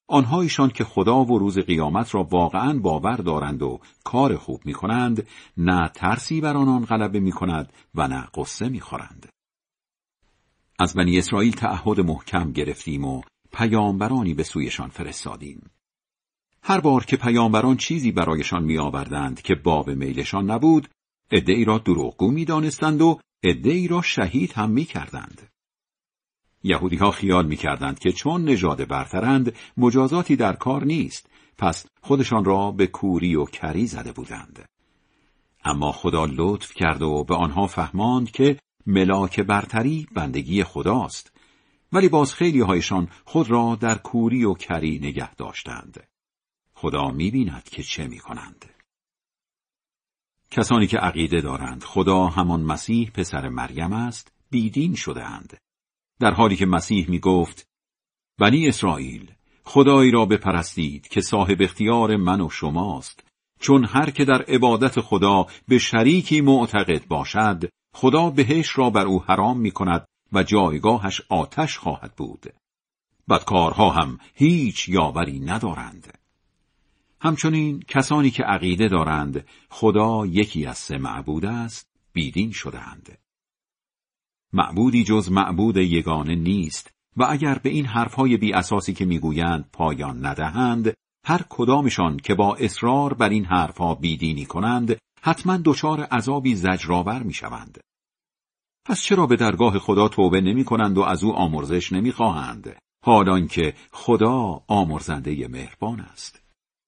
S1: آنهایشان که خدا و روز قیامت را واقعاً باور دارند و کار خوب می‌کنند، نه ترسی بر آنان غلبه می‌کند و نه غصه می‌خورند. از بنی اسرائیل تعهد محکم گرفتیم و پیامبرانی به سویشان فرستادیم. هر بار که پیامبران چیزی برایشان می‌آوردند که باب میلشان نبود، عده‌ای را دروغگو می‌دانستند و عده‌ای را شهید هم می‌کردند. یهودی‌ها خیال می‌کردند که چون نژاد برترند مجازاتی در کار نیست، پس خودشان را به کوری و کری زده بودند. اما خدا لطف کرد و به آنها فهماند که ملاک برتری بندگی خداست، ولی باز خیلی هایشان خود را در کوری و کری نگه داشتند. خدا می‌بیند که چه می‌کنند. کسانی که عقیده دارند خدا همان مسیح پسر مریم است، بیدین شده‌اند. در حالی که مسیح می‌گفت: بنی اسرائیل، خدایی را بپرستید که صاحب اختیار من و شماست، چون هر که در عبادت خدا به شریکی معتقد باشد، خدا بهشت را بر او حرام می‌کند و جایگاهش آتش خواهد بود. بدکارها هم هیچ یاوری ندارند. همچنین کسانی که عقیده دارند خدا یکی از سه معبود است، بیدین شده‌اند. معبودی جز معبود یگانه نیست و اگر به این حرفهای بی اساسی که میگویند پایان ندهند، هر کدامشان که با اصرار بر این حرفها بیدینی کنند، حتما دچار عذابی زجرآور میشوند. پس چرا به درگاه خدا توبه نمی کنند و از او آمرزش نمی خواهند، حالانکه خدا آمرزنده مهربان است؟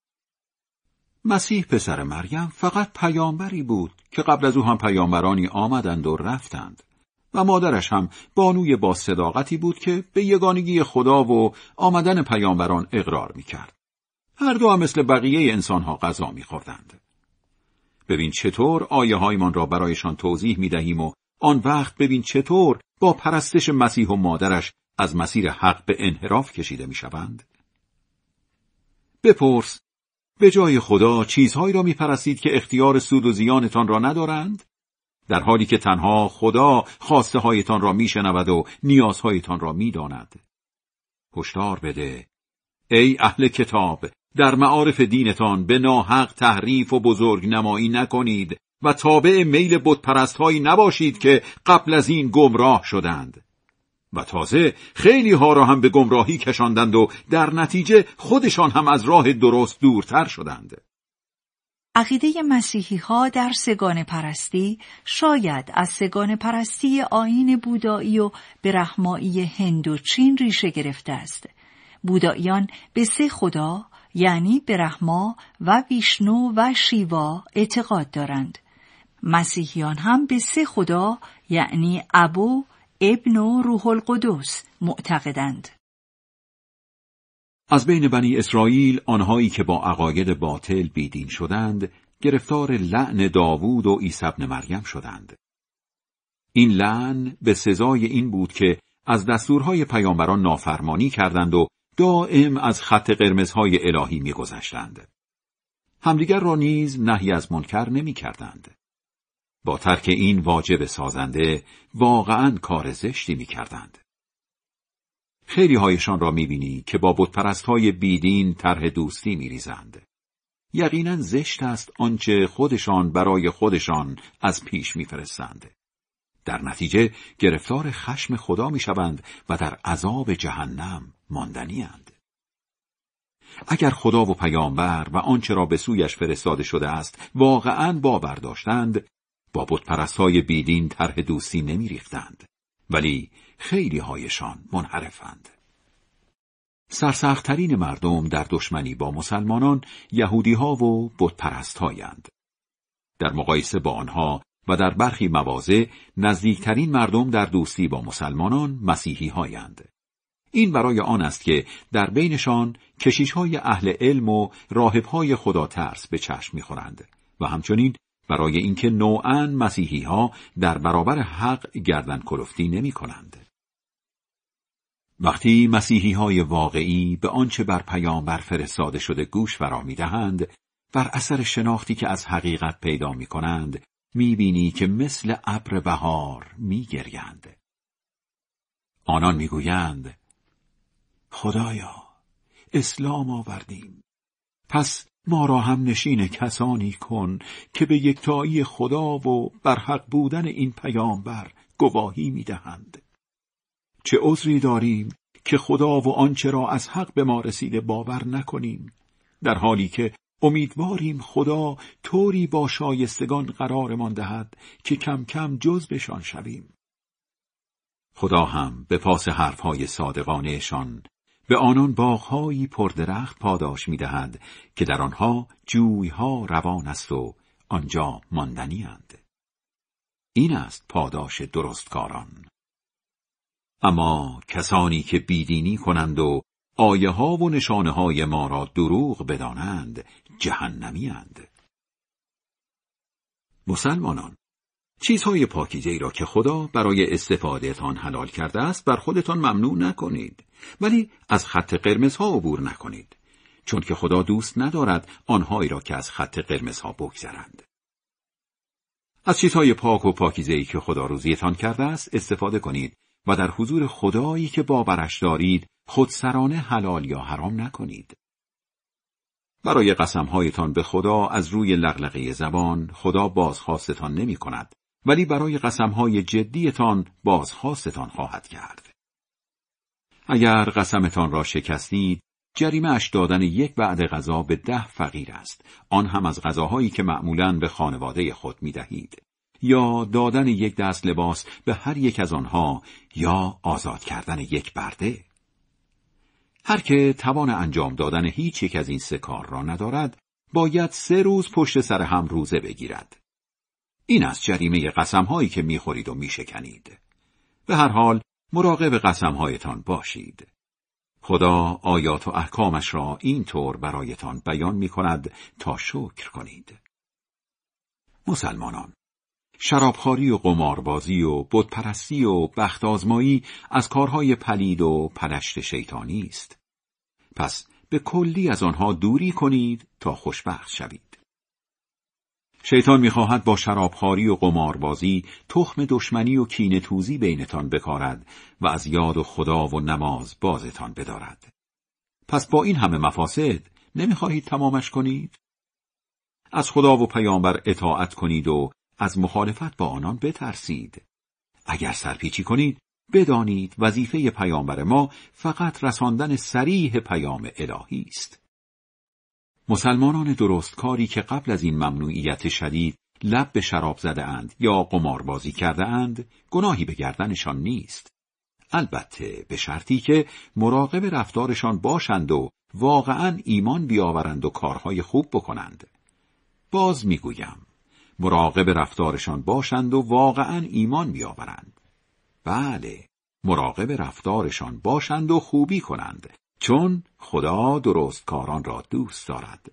S1: مسیح پسر مریم فقط پیامبری بود که قبل از او هم پیامبرانی آمدند و رفتند و مادرش هم بانوی با صداقتی بود که به یگانگی خدا و آمدن پیامبران اقرار می‌کرد. هر دو هم مثل بقیه انسان‌ها غذا می‌خوردند. ببین چطور آیه‌هایمان را برایشان توضیح می‌دهیم و آن وقت ببین چطور با پرستش مسیح و مادرش از مسیر حق به انحراف کشیده می‌شوند. بپرس، به جای خدا چیزهایی را می‌پرستید که اختیار سود و زیانتان را ندارند؟ در حالی که تنها خدا خواسته هایتان را میشنود و نیازهایتان را میداند. هشدار بده، ای اهل کتاب، در معارف دینتان به ناحق تحریف و بزرگ نمایی نکنید و تابع میل بتپرست‌هایی نباشید که قبل از این گمراه شدند. و تازه خیلی ها را هم به گمراهی کشاندند و در نتیجه خودشان هم از راه درست دورتر شدند.
S2: عقیده مسیحی ها در سگان پرستی شاید از سگان پرستی آیین بودایی و برهمایی هندوچین ریشه گرفته است. بوداییان به سه خدا یعنی برهما و ویشنو و شیوا اعتقاد دارند. مسیحیان هم به سه خدا یعنی ابو، ابن و روح القدس معتقدند.
S1: از بین بنی اسرائیل آنهایی که با عقاید باطل بیدین شدند، گرفتار لعن داوود و عیسی ابن مریم شدند. این لعن به سزای این بود که از دستورهای پیامبران نافرمانی کردند و دائم از خط قرمزهای الهی می‌گذشتند. همدیگر را نیز نهی از منکر نمی‌کردند. با ترک این واجب سازنده واقعاً کار زشتی می‌کردند. خیلی هایشان را می‌بینی که با بتپرست‌های بیدین طرح دوستی می‌ریزند. یقیناً زشت است آنچه خودشان برای خودشان از پیش می‌فرستند. در نتیجه گرفتار خشم خدا می‌شوند و در عذاب جهنم ماندنی‌اند. اگر خدا و پیامبر و آنچه را به سویش فرستاده شده است واقعاً باور داشتند، با بتپرست‌های بیدین طرح دوستی نمی‌ریختند. ولی خیلی هایشان منحرفند. سرسخت‌ترین مردم در دشمنی با مسلمانان یهودی‌ها و بتپرست‌هایند. در مقایسه با آنها و در برخی مواضع نزدیکترین مردم در دوستی با مسلمانان مسیحی‌هایند. این برای آن است که در بینشان کشیش‌های اهل علم و راهب‌های خدا ترس به چشم می‌خورند و همچنین برای اینکه نوعاً مسیحی‌ها در برابر حق گردن کلفتی نمی‌کنند. وقتی مسیحی‌های واقعی به آنچه بر پیامبر فرستاده شده گوش فرا می‌دهند، بر اثر شناختی که از حقیقت پیدا می‌کنند، می‌بینی که مثل ابر بهار می‌گریند. آنان می‌گویند: خدایا، اسلام آوردیم. پس ما را هم نشین کسانی کن که به یکتایی خدا و برحق بودن این پیامبر گواهی می‌دهند. چه عذری داریم که خدا و آنچه را از حق به ما رسیده باور نکنیم، در حالی که امیدواریم خدا طوری با شایستگان قرارمان دهد که کم کم جزوشان شویم. خدا هم به پاس حرفهای صادقانه‌شان به آنان باغ‌هایی پردرخت پاداش می‌دهد که در آنها جوی‌ها روان است و آنجا ماندنی‌اند. این است پاداش درستکاران. اما کسانی که بیدینی کنند و آیه‌ها و نشانه‌های ما را دروغ بدانند جهنمی‌اند. مسلمانان، چیزهای پاکیزه‌ای را که خدا برای استفاده‌تان حلال کرده است بر خودتان ممنوع نکنید، ولی از خط قرمزها عبور نکنید، چون که خدا دوست ندارد آنهایی را که از خط قرمزها بگذرند. از چیزهای پاک و پاکیزه‌ای که خدا روزیتان کرده است استفاده کنید و در حضور خدایی که باورش دارید خودسرانه حلال یا حرام نکنید. برای قسمهایتان به خدا از روی لغلقه زبان خدا بازخواستتان نمی کند، ولی برای قسمهای جدیتان بازخواستتان خواهد کرد. اگر قسمتان را شکستید، جریمه اش دادن یک وعده غذا به 10 فقیر است، آن هم از غذاهایی که معمولاً به خانواده خود می دهید، یا دادن یک دست لباس به هر یک از آنها، یا آزاد کردن یک برده. هر که توان انجام دادن هیچ یک از این 3 کار را ندارد، باید 3 روز پشت سر هم روزه بگیرد. این است جریمه قسمهایی که میخورید و میشکنید. به هر حال مراقب قسمهایتان باشید. خدا آیات و احکامش را این طور برایتان بیان میکند تا شکر کنید. مسلمانان، شرابخواری و قماربازی و بتپرستی و بخت آزمایی از کارهای پلید و پلشت شیطانی است. پس به کلی از آنها دوری کنید تا خوشبخت شوید. شیطان می‌خواهد با شرابخواری و قماربازی تخم دشمنی و کینه‌توزی بینتان بکارد و از یاد خدا و نماز بازتان بدارد. پس با این همه مفاسد نمی‌خواهید تمامش کنید؟ از خدا و پیامبر اطاعت کنید و از مخالفت با آنان بترسید. اگر سرپیچی کنید، بدانید وظیفه پیامبر ما فقط رساندن صریح پیام الهی است. مسلمانان درستکاری که قبل از این ممنوعیت شدید لب به شراب زده اند یا قماربازی کرده اند، گناهی به گردنشان نیست. البته به شرطی که مراقب رفتارشان باشند و واقعاً ایمان بیاورند و کارهای خوب بکنند. باز میگویم، مراقب رفتارشان باشند و واقعاً ایمان بیاورند. بله، مراقب رفتارشان باشند و خوبی کنند، چون خدا درستکاران را دوست دارد.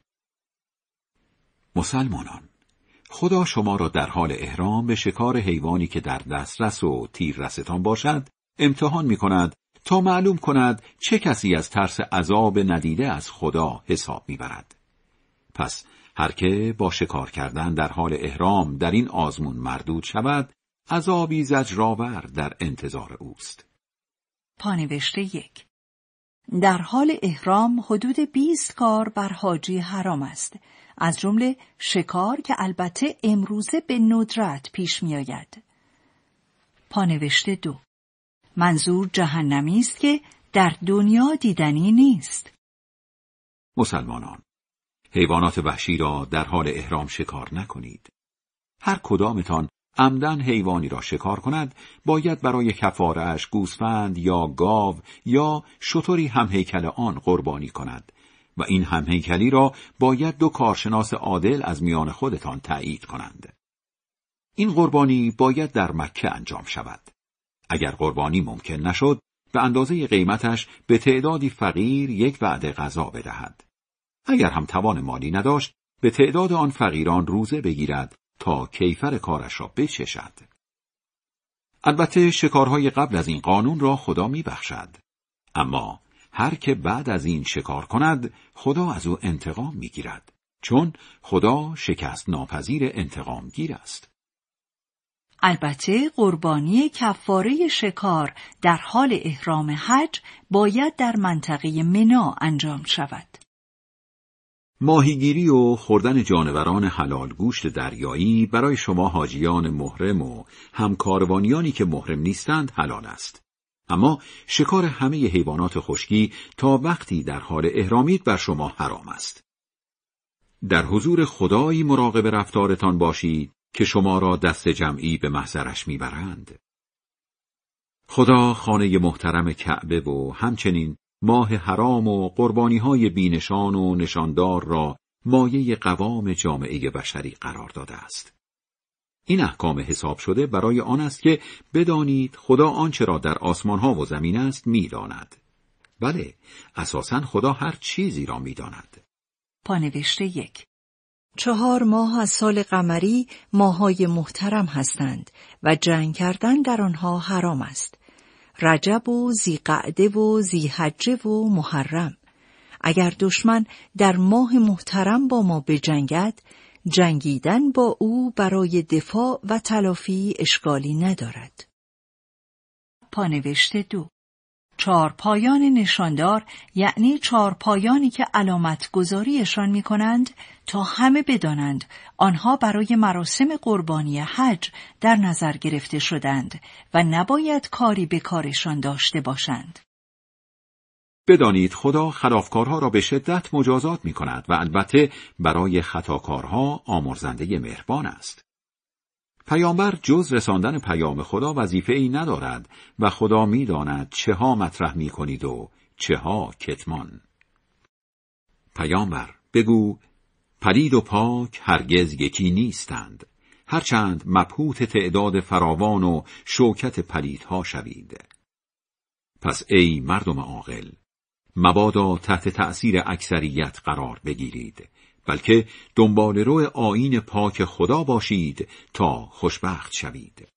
S1: مسلمانان، خدا شما را در حال احرام به شکار حیوانی که در دسترس و تیررستان باشد امتحان می کند تا معلوم کند چه کسی از ترس عذاب ندیده از خدا حساب می برد. پس هر که با شکار کردن در حال احرام در این آزمون مردود شود، عذابی زجرآور در انتظار اوست.
S2: پانوشته 1. در حال احرام حدود 20 کار بر حاجی حرام است، از جمله شکار که البته امروزه به ندرت پیش می آید. پانوشته 2. منظور جهنمی است که در دنیا دیدنی نیست.
S1: مسلمانان، حیوانات وحشی را در حال احرام شکار نکنید. هر کدامتان عمدن حیوانی را شکار کند، باید برای کفاره‌اش گوسفند یا گاو یا شتری همهیکل آن قربانی کند و این همهیکلی را باید 2 کارشناس عادل از میان خودتان تایید کنند. این قربانی باید در مکه انجام شود. اگر قربانی ممکن نشد، به اندازه قیمتش به تعدادی فقیر 1 وعده غذا بدهد. اگر هم توان مالی نداشت، به تعداد آن فقیران روزه بگیرد تا کیفر کارش را بچشد. البته شکارهای قبل از این قانون را خدا میبخشد، اما هر که بعد از این شکار کند خدا از او انتقام میگیرد، چون خدا شکست ناپذیر انتقام گیر است.
S2: البته قربانی کفاره شکار در حال احرام حج باید در منطقه منا انجام شود.
S1: ماهیگیری و خوردن جانوران حلال گوشت دریایی برای شما حاجیان محرم و همکاروانیانی که محرم نیستند حلال است. اما شکار همه حیوانات خشکی تا وقتی در حال احرامید بر شما حرام است. در حضور خدایی مراقب رفتارتان باشید که شما را دست جمعی به محضرش میبرند. خدا خانه محترم کعبه و همچنین ماه حرام و قربانی‌های بینشان و نشاندار را مایه قوام جامعه بشری قرار داده است. این احکام حساب شده برای آن است که بدانید خدا آنچه را در آسمان‌ها و زمین است می‌داند. بله، اساساً خدا هر چیزی را می‌داند.
S2: پانوشته 1. 4 ماه از سال قمری ماه‌های محترم هستند و جنگ کردن در آنها حرام است. رجب و ذی‌قعده و ذی‌حجه و محرم. اگر دشمن در ماه محترم با ما بجنگد، جنگیدن با او برای دفاع و تلافی اشکالی ندارد. پانوشته 2. 4 پایان نشاندار یعنی 4 پایانی که علامت گذاریشان می کنند تا همه بدانند آنها برای مراسم قربانی حج در نظر گرفته شدند و نباید کاری به کارشان داشته باشند.
S1: بدانید خدا خلافکارها را به شدت مجازات می کند و البته برای خطاکارها آمرزنده مهربان است. پیامبر جز رساندن پیام خدا وظیفه‌ای ندارد و خدا می‌داند چه ها مطرح می‌کنید و چه ها کتمان. پیامبر بگو پلید و پاک هرگز یکی نیستند، هرچند مبهوت تعداد فراوان و شوکت پلیدها شوید. پس ای مردم عاقل، مبادا تحت تأثیر اکثریت قرار بگیرید، بلکه دنباله‌رو آیین پاک خدا باشید تا خوشبخت شوید.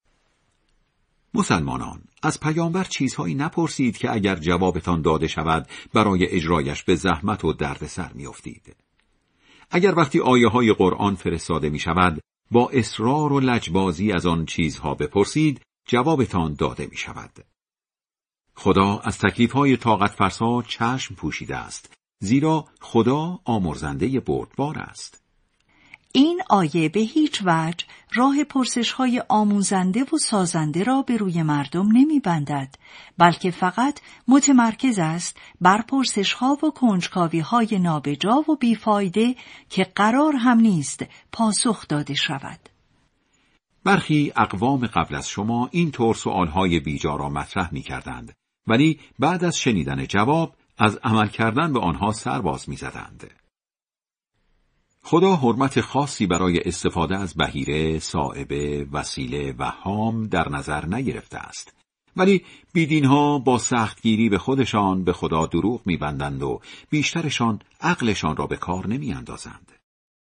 S1: مسلمانان، از پیامبر چیزهایی نپرسید که اگر جوابتان داده شود برای اجرایش به زحمت و دردسر می‌افتید. اگر وقتی آیه‌های قرآن فرستاده می‌شود با اصرار و لجبازی از آن چیزها بپرسید، جوابتان داده می‌شود. خدا از تکلیف‌های طاقت فرسا چشم پوشیده است، زیرا خدا آمرزنده بردبار است.
S2: این آیه به هیچ وجه راه پرسش‌های آموزنده و سازنده را به روی مردم نمی‌بندد، بلکه فقط متمرکز است بر پرسش‌ها و کنجکاوی‌های نابجا و بیفایده که قرار هم نیست پاسخ داده شود.
S1: برخی اقوام قبل از شما این طور سؤال‌های بیجا را مطرح می‌کردند، ولی بعد از شنیدن جواب از عمل کردن به آنها سر باز می‌زدند. خدا حرمت خاصی برای استفاده از بهیره، صائبه، وسیله و حام در نظر نگرفته است، ولی بیدینها با سختگیری به خودشان به خدا دروغ می‌بندند و بیشترشان عقلشان را به کار نمی‌اندازند.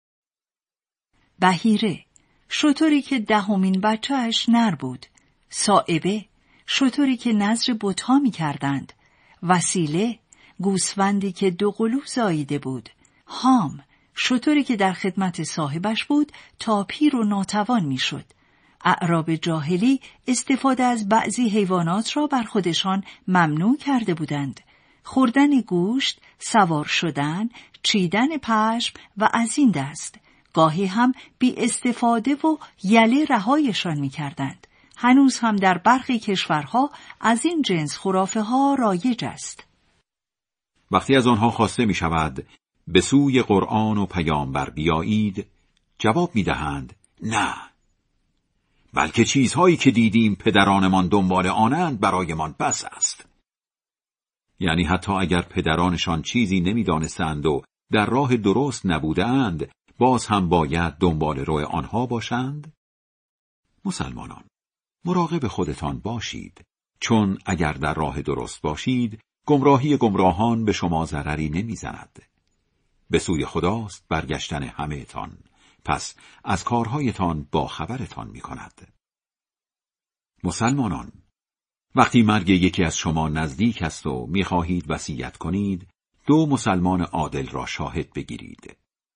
S2: بهیره، شتری که 10مین بچه‌اش نر بود. صائبه، شتری که نذر بت‌ها می‌کردند. وسیله، گوسفندی که 2 قلو زاییده بود. حام، شتری که در خدمت صاحبش بود تا پیر و ناتوان میشد. اعراب جاهلی استفاده از بعضی حیوانات را بر خودشان ممنوع کرده بودند. خوردن گوشت، سوار شدن، چیدن پشم و از این دست. گاهی هم بی استفاده و یله رهایشان می‌کردند. هنوز هم در برخی کشورها از این جنس خرافه ها رایج است.
S1: وقتی از آنها خواسته می شود به سوی قرآن و پیامبر بیایید، جواب می دهند نه، بلکه چیزهایی که دیدیم پدرانمان دنبال آنند برایمان بس است. یعنی حتی اگر پدرانشان چیزی نمی دانستند و در راه درست نبودند، باز هم باید دنبال روی آنها باشند؟ مسلمانان، مراقب خودتان باشید، چون اگر در راه درست باشید، گمراهی گمراهان به شما ضرری نمیزند. به سوی خداست برگشتن همه تان، پس از کارهایتان با خبرتان می کند. مسلمانان، وقتی مرگ یکی از شما نزدیک است و می خواهید وصیت کنید، 2 مسلمان عادل را شاهد بگیرید.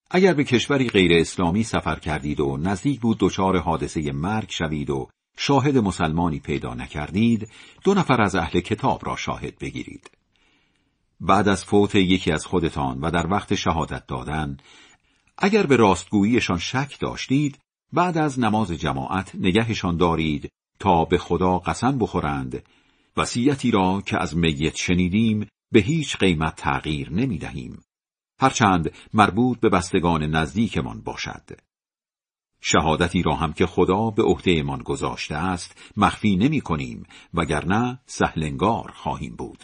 S1: اگر به کشوری غیر اسلامی سفر کردید و نزدیک بود دچار حادثه مرگ شوید و شاهد مسلمانی پیدا نکردید، 2 نفر از اهل کتاب را شاهد بگیرید. بعد از فوت یکی از خودتان و در وقت شهادت دادن، اگر به راستگوییشان شک داشتید، بعد از نماز جماعت نگهشان دارید تا به خدا قسم بخورند وصیتی را که از میت شنیدیم به هیچ قیمت تغییر نمی دهیم، هرچند مربوط به بستگان نزدیکمان باشد. شهادتی را هم که خدا به عهده‌مان گذاشته است مخفی نمی کنیم، وگرنه سهلنگار خواهیم بود.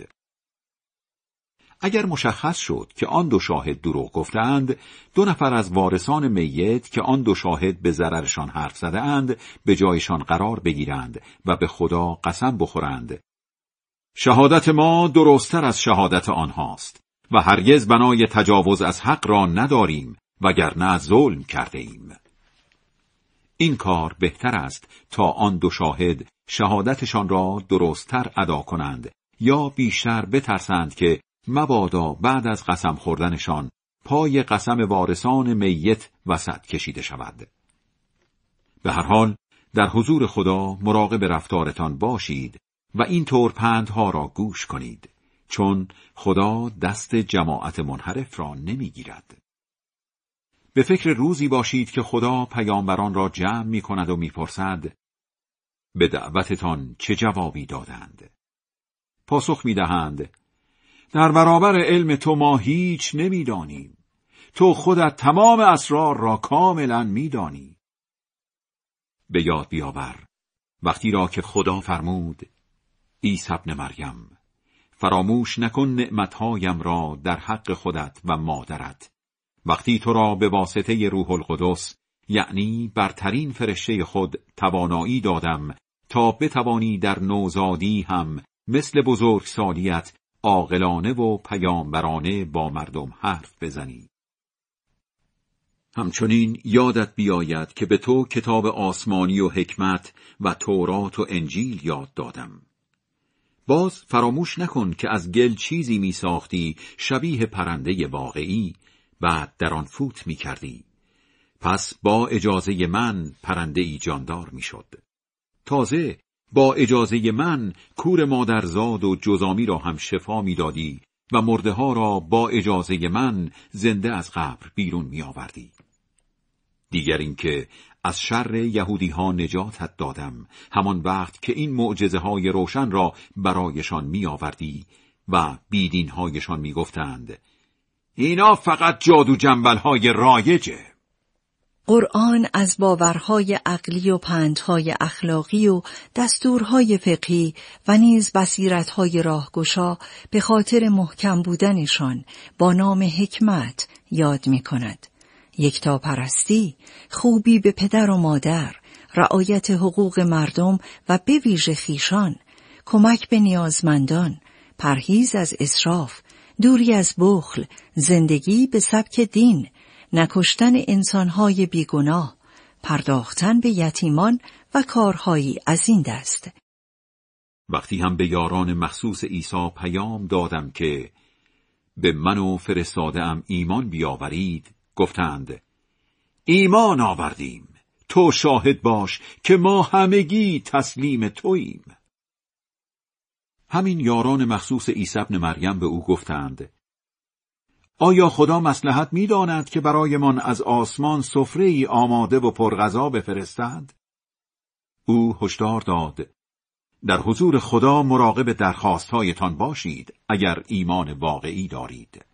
S1: اگر مشخص شد که آن 2 شاهد دروغ گفتند، 2 نفر از وارثان میت که آن 2 شاهد به ضررشان حرف زده‌اند به جایشان قرار بگیرند و به خدا قسم بخورند شهادت ما درست‌تر از شهادت آنهاست و هرگز بنای تجاوز از حق را نداریم وگرنه ظلم کرده ایم. این کار بهتر است تا آن 2 شاهد شهادتشان را درست‌تر ادا کنند یا بیشتر بترسند که مبادا بعد از قسم خوردنشان پای قسم وارثان میت وسط کشیده شود. به هر حال در حضور خدا مراقب رفتارتان باشید و این طور پندها را گوش کنید، چون خدا دست جماعت منحرف را نمیگیرد. به فکر روزی باشید که خدا پیامبران را جمع می کند و می پرسد به دعوتتان چه جوابی دادند؟ پاسخ می دهند در برابر علم تو ما هیچ نمی دانیم. تو خودت تمام اسرار را کاملا می دانی. به یاد بیاور وقتی را که خدا فرمود عیسی ابن مریم فراموش نکن نعمتهایم را در حق خودت و مادرت، وقتی تو را به واسطه روح القدس یعنی برترین فرشته خود توانایی دادم تا بتوانی در نوزادی هم مثل بزرگسالیت عاقلانه و پیامبرانه با مردم حرف بزنی. همچنین یادت بیاید که به تو کتاب آسمانی و حکمت و تورات و انجیل یاد دادم. باز فراموش نکن که از گل چیزی می ساختی شبیه پرنده واقعی، بعد در آن فوت می کردی. پس با اجازه من پرنده ای جاندار می شد. تازه با اجازه من کور مادرزاد و جزامی را هم شفا می دادی و مرده ها را با اجازه من زنده از قبر بیرون می آوردی. دیگر اینکه از شر یهودی ها نجاتت دادم همان وقت که این معجزه های روشن را برایشان می آوردی و بیدین هایشان می گفتند اینا فقط جادو جنبل های رایجه.
S2: قرآن از باورهای عقلی و پندهای اخلاقی و دستورهای فقهی و نیز بصیرتهای راهگشا به خاطر محکم بودنشان با نام حکمت یاد می کند. یکتاپرستی، خوبی به پدر و مادر، رعایت حقوق مردم و به ویژه خویشان، کمک به نیازمندان، پرهیز از اسراف، دوری از بخل، زندگی به سبک دین، نکشتن انسانهای بیگناه، پرداختن به یتیمان و کارهایی از این دست.
S1: وقتی هم به یاران مخصوص عیسی پیام دادم که به من و فرستاده‌ام ایمان بیاورید، گفتند ایمان آوردیم، تو شاهد باش که ما همگی تسلیم توییم. همین یاران مخصوص عیسی ابن مریم به او گفتند آیا خدا مصلحت می داند که برایمان از آسمان سفره‌ای آماده و پرغذا بفرستد؟ او هشدار داد در حضور خدا مراقب درخواستهایتان باشید اگر ایمان واقعی دارید.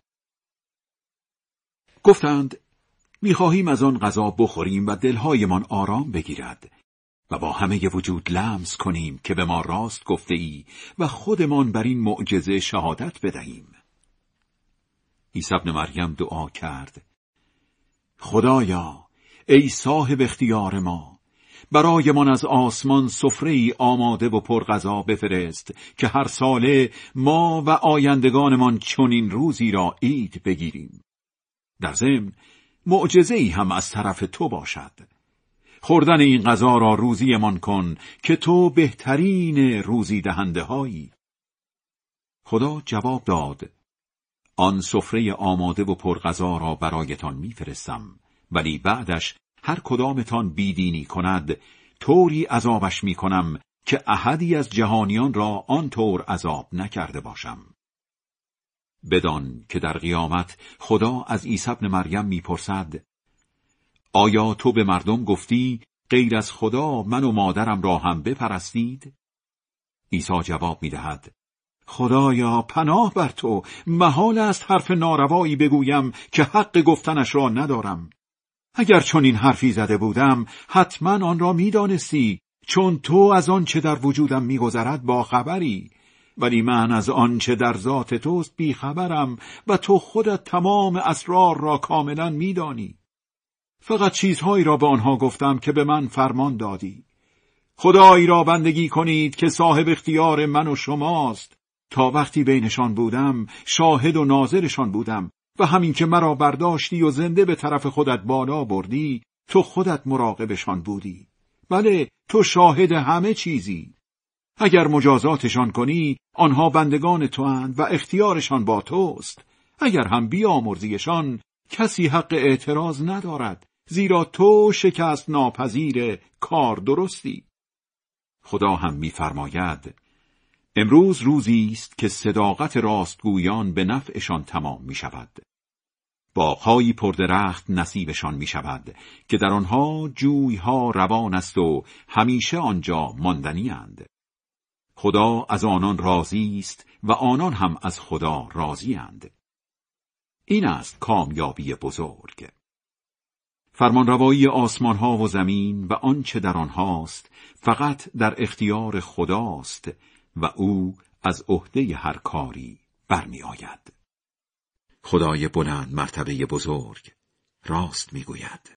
S1: گفتند می‌خواهیم از آن غذا بخوریم و دلهایمان آرام بگیرد و با همه وجود لمس کنیم که به ما راست گفته ای و خودمان بر این معجزه شهادت بدهیم. عیسی ابن مریم دعا کرد خدایا ای صاحب اختیار ما، برایمان از آسمان سفره‌ای آماده و پرغذا بفرست که هر ساله ما و آیندگانمان چنین روزی را عید بگیریم. در ضمن معجزه‌ای هم از طرف تو باشد. خوردن این غذا را روزیمان کن که تو بهترین روزی دهنده هایی. خدا جواب داد آن سفره آماده و پرغذا را برایتان میفرستم، ولی بعدش هر کدامتان بیدینی کند طوری عذابش میکنم که احدی از جهانیان را آن طور عذاب نکرده باشم. بدان که در قیامت خدا از عیسی ابن مریم میپرسد: آیا تو به مردم گفتی غیر از خدا من و مادرم را هم بپرستید؟ عیسی جواب میدهد: خدایا پناه بر تو، محال است حرف ناروایی بگویم که حق گفتنش را ندارم. اگر چون این حرفی زده بودم حتما آن را میدانستی، چون تو از آن چه در وجودم میگذرد با خبری، ولی من از آن چه در ذات توست بی خبرم و تو خودت تمام اسرار را کاملا میدانی. فقط چیزهایی را به آنها گفتم که به من فرمان دادی. خدایی را بندگی کنید که صاحب اختیار من و شماست. تا وقتی بینشان بودم شاهد و ناظرشان بودم و همین که مرا برداشتی و زنده به طرف خودت بالا بردی تو خودت مراقبشان بودی. بله، تو شاهد همه چیزی. اگر مجازاتشان کنی آنها بندگان تو اند و اختیارشان با توست. اگر هم بیامرزیشان کسی حق اعتراض ندارد، زیرا تو شکست ناپذیر کار درستی. خدا هم می‌فرماید: امروز روزی است که صداقت راستگویان به نفعشان تمام می شود. باغ‌هایی پردرخت نصیبشان می شود که در آنها جویها روان است و همیشه آنجا ماندنی اند. خدا از آنان راضی است و آنان هم از خدا راضی اند. این است کامیابی بزرگ. فرمانروایی آسمان‌ها و زمین و آنچه در آنهاست فقط در اختیار خداست و او از عهده هر کاری برمی آید. خدای بلند مرتبه بزرگ راست می گوید.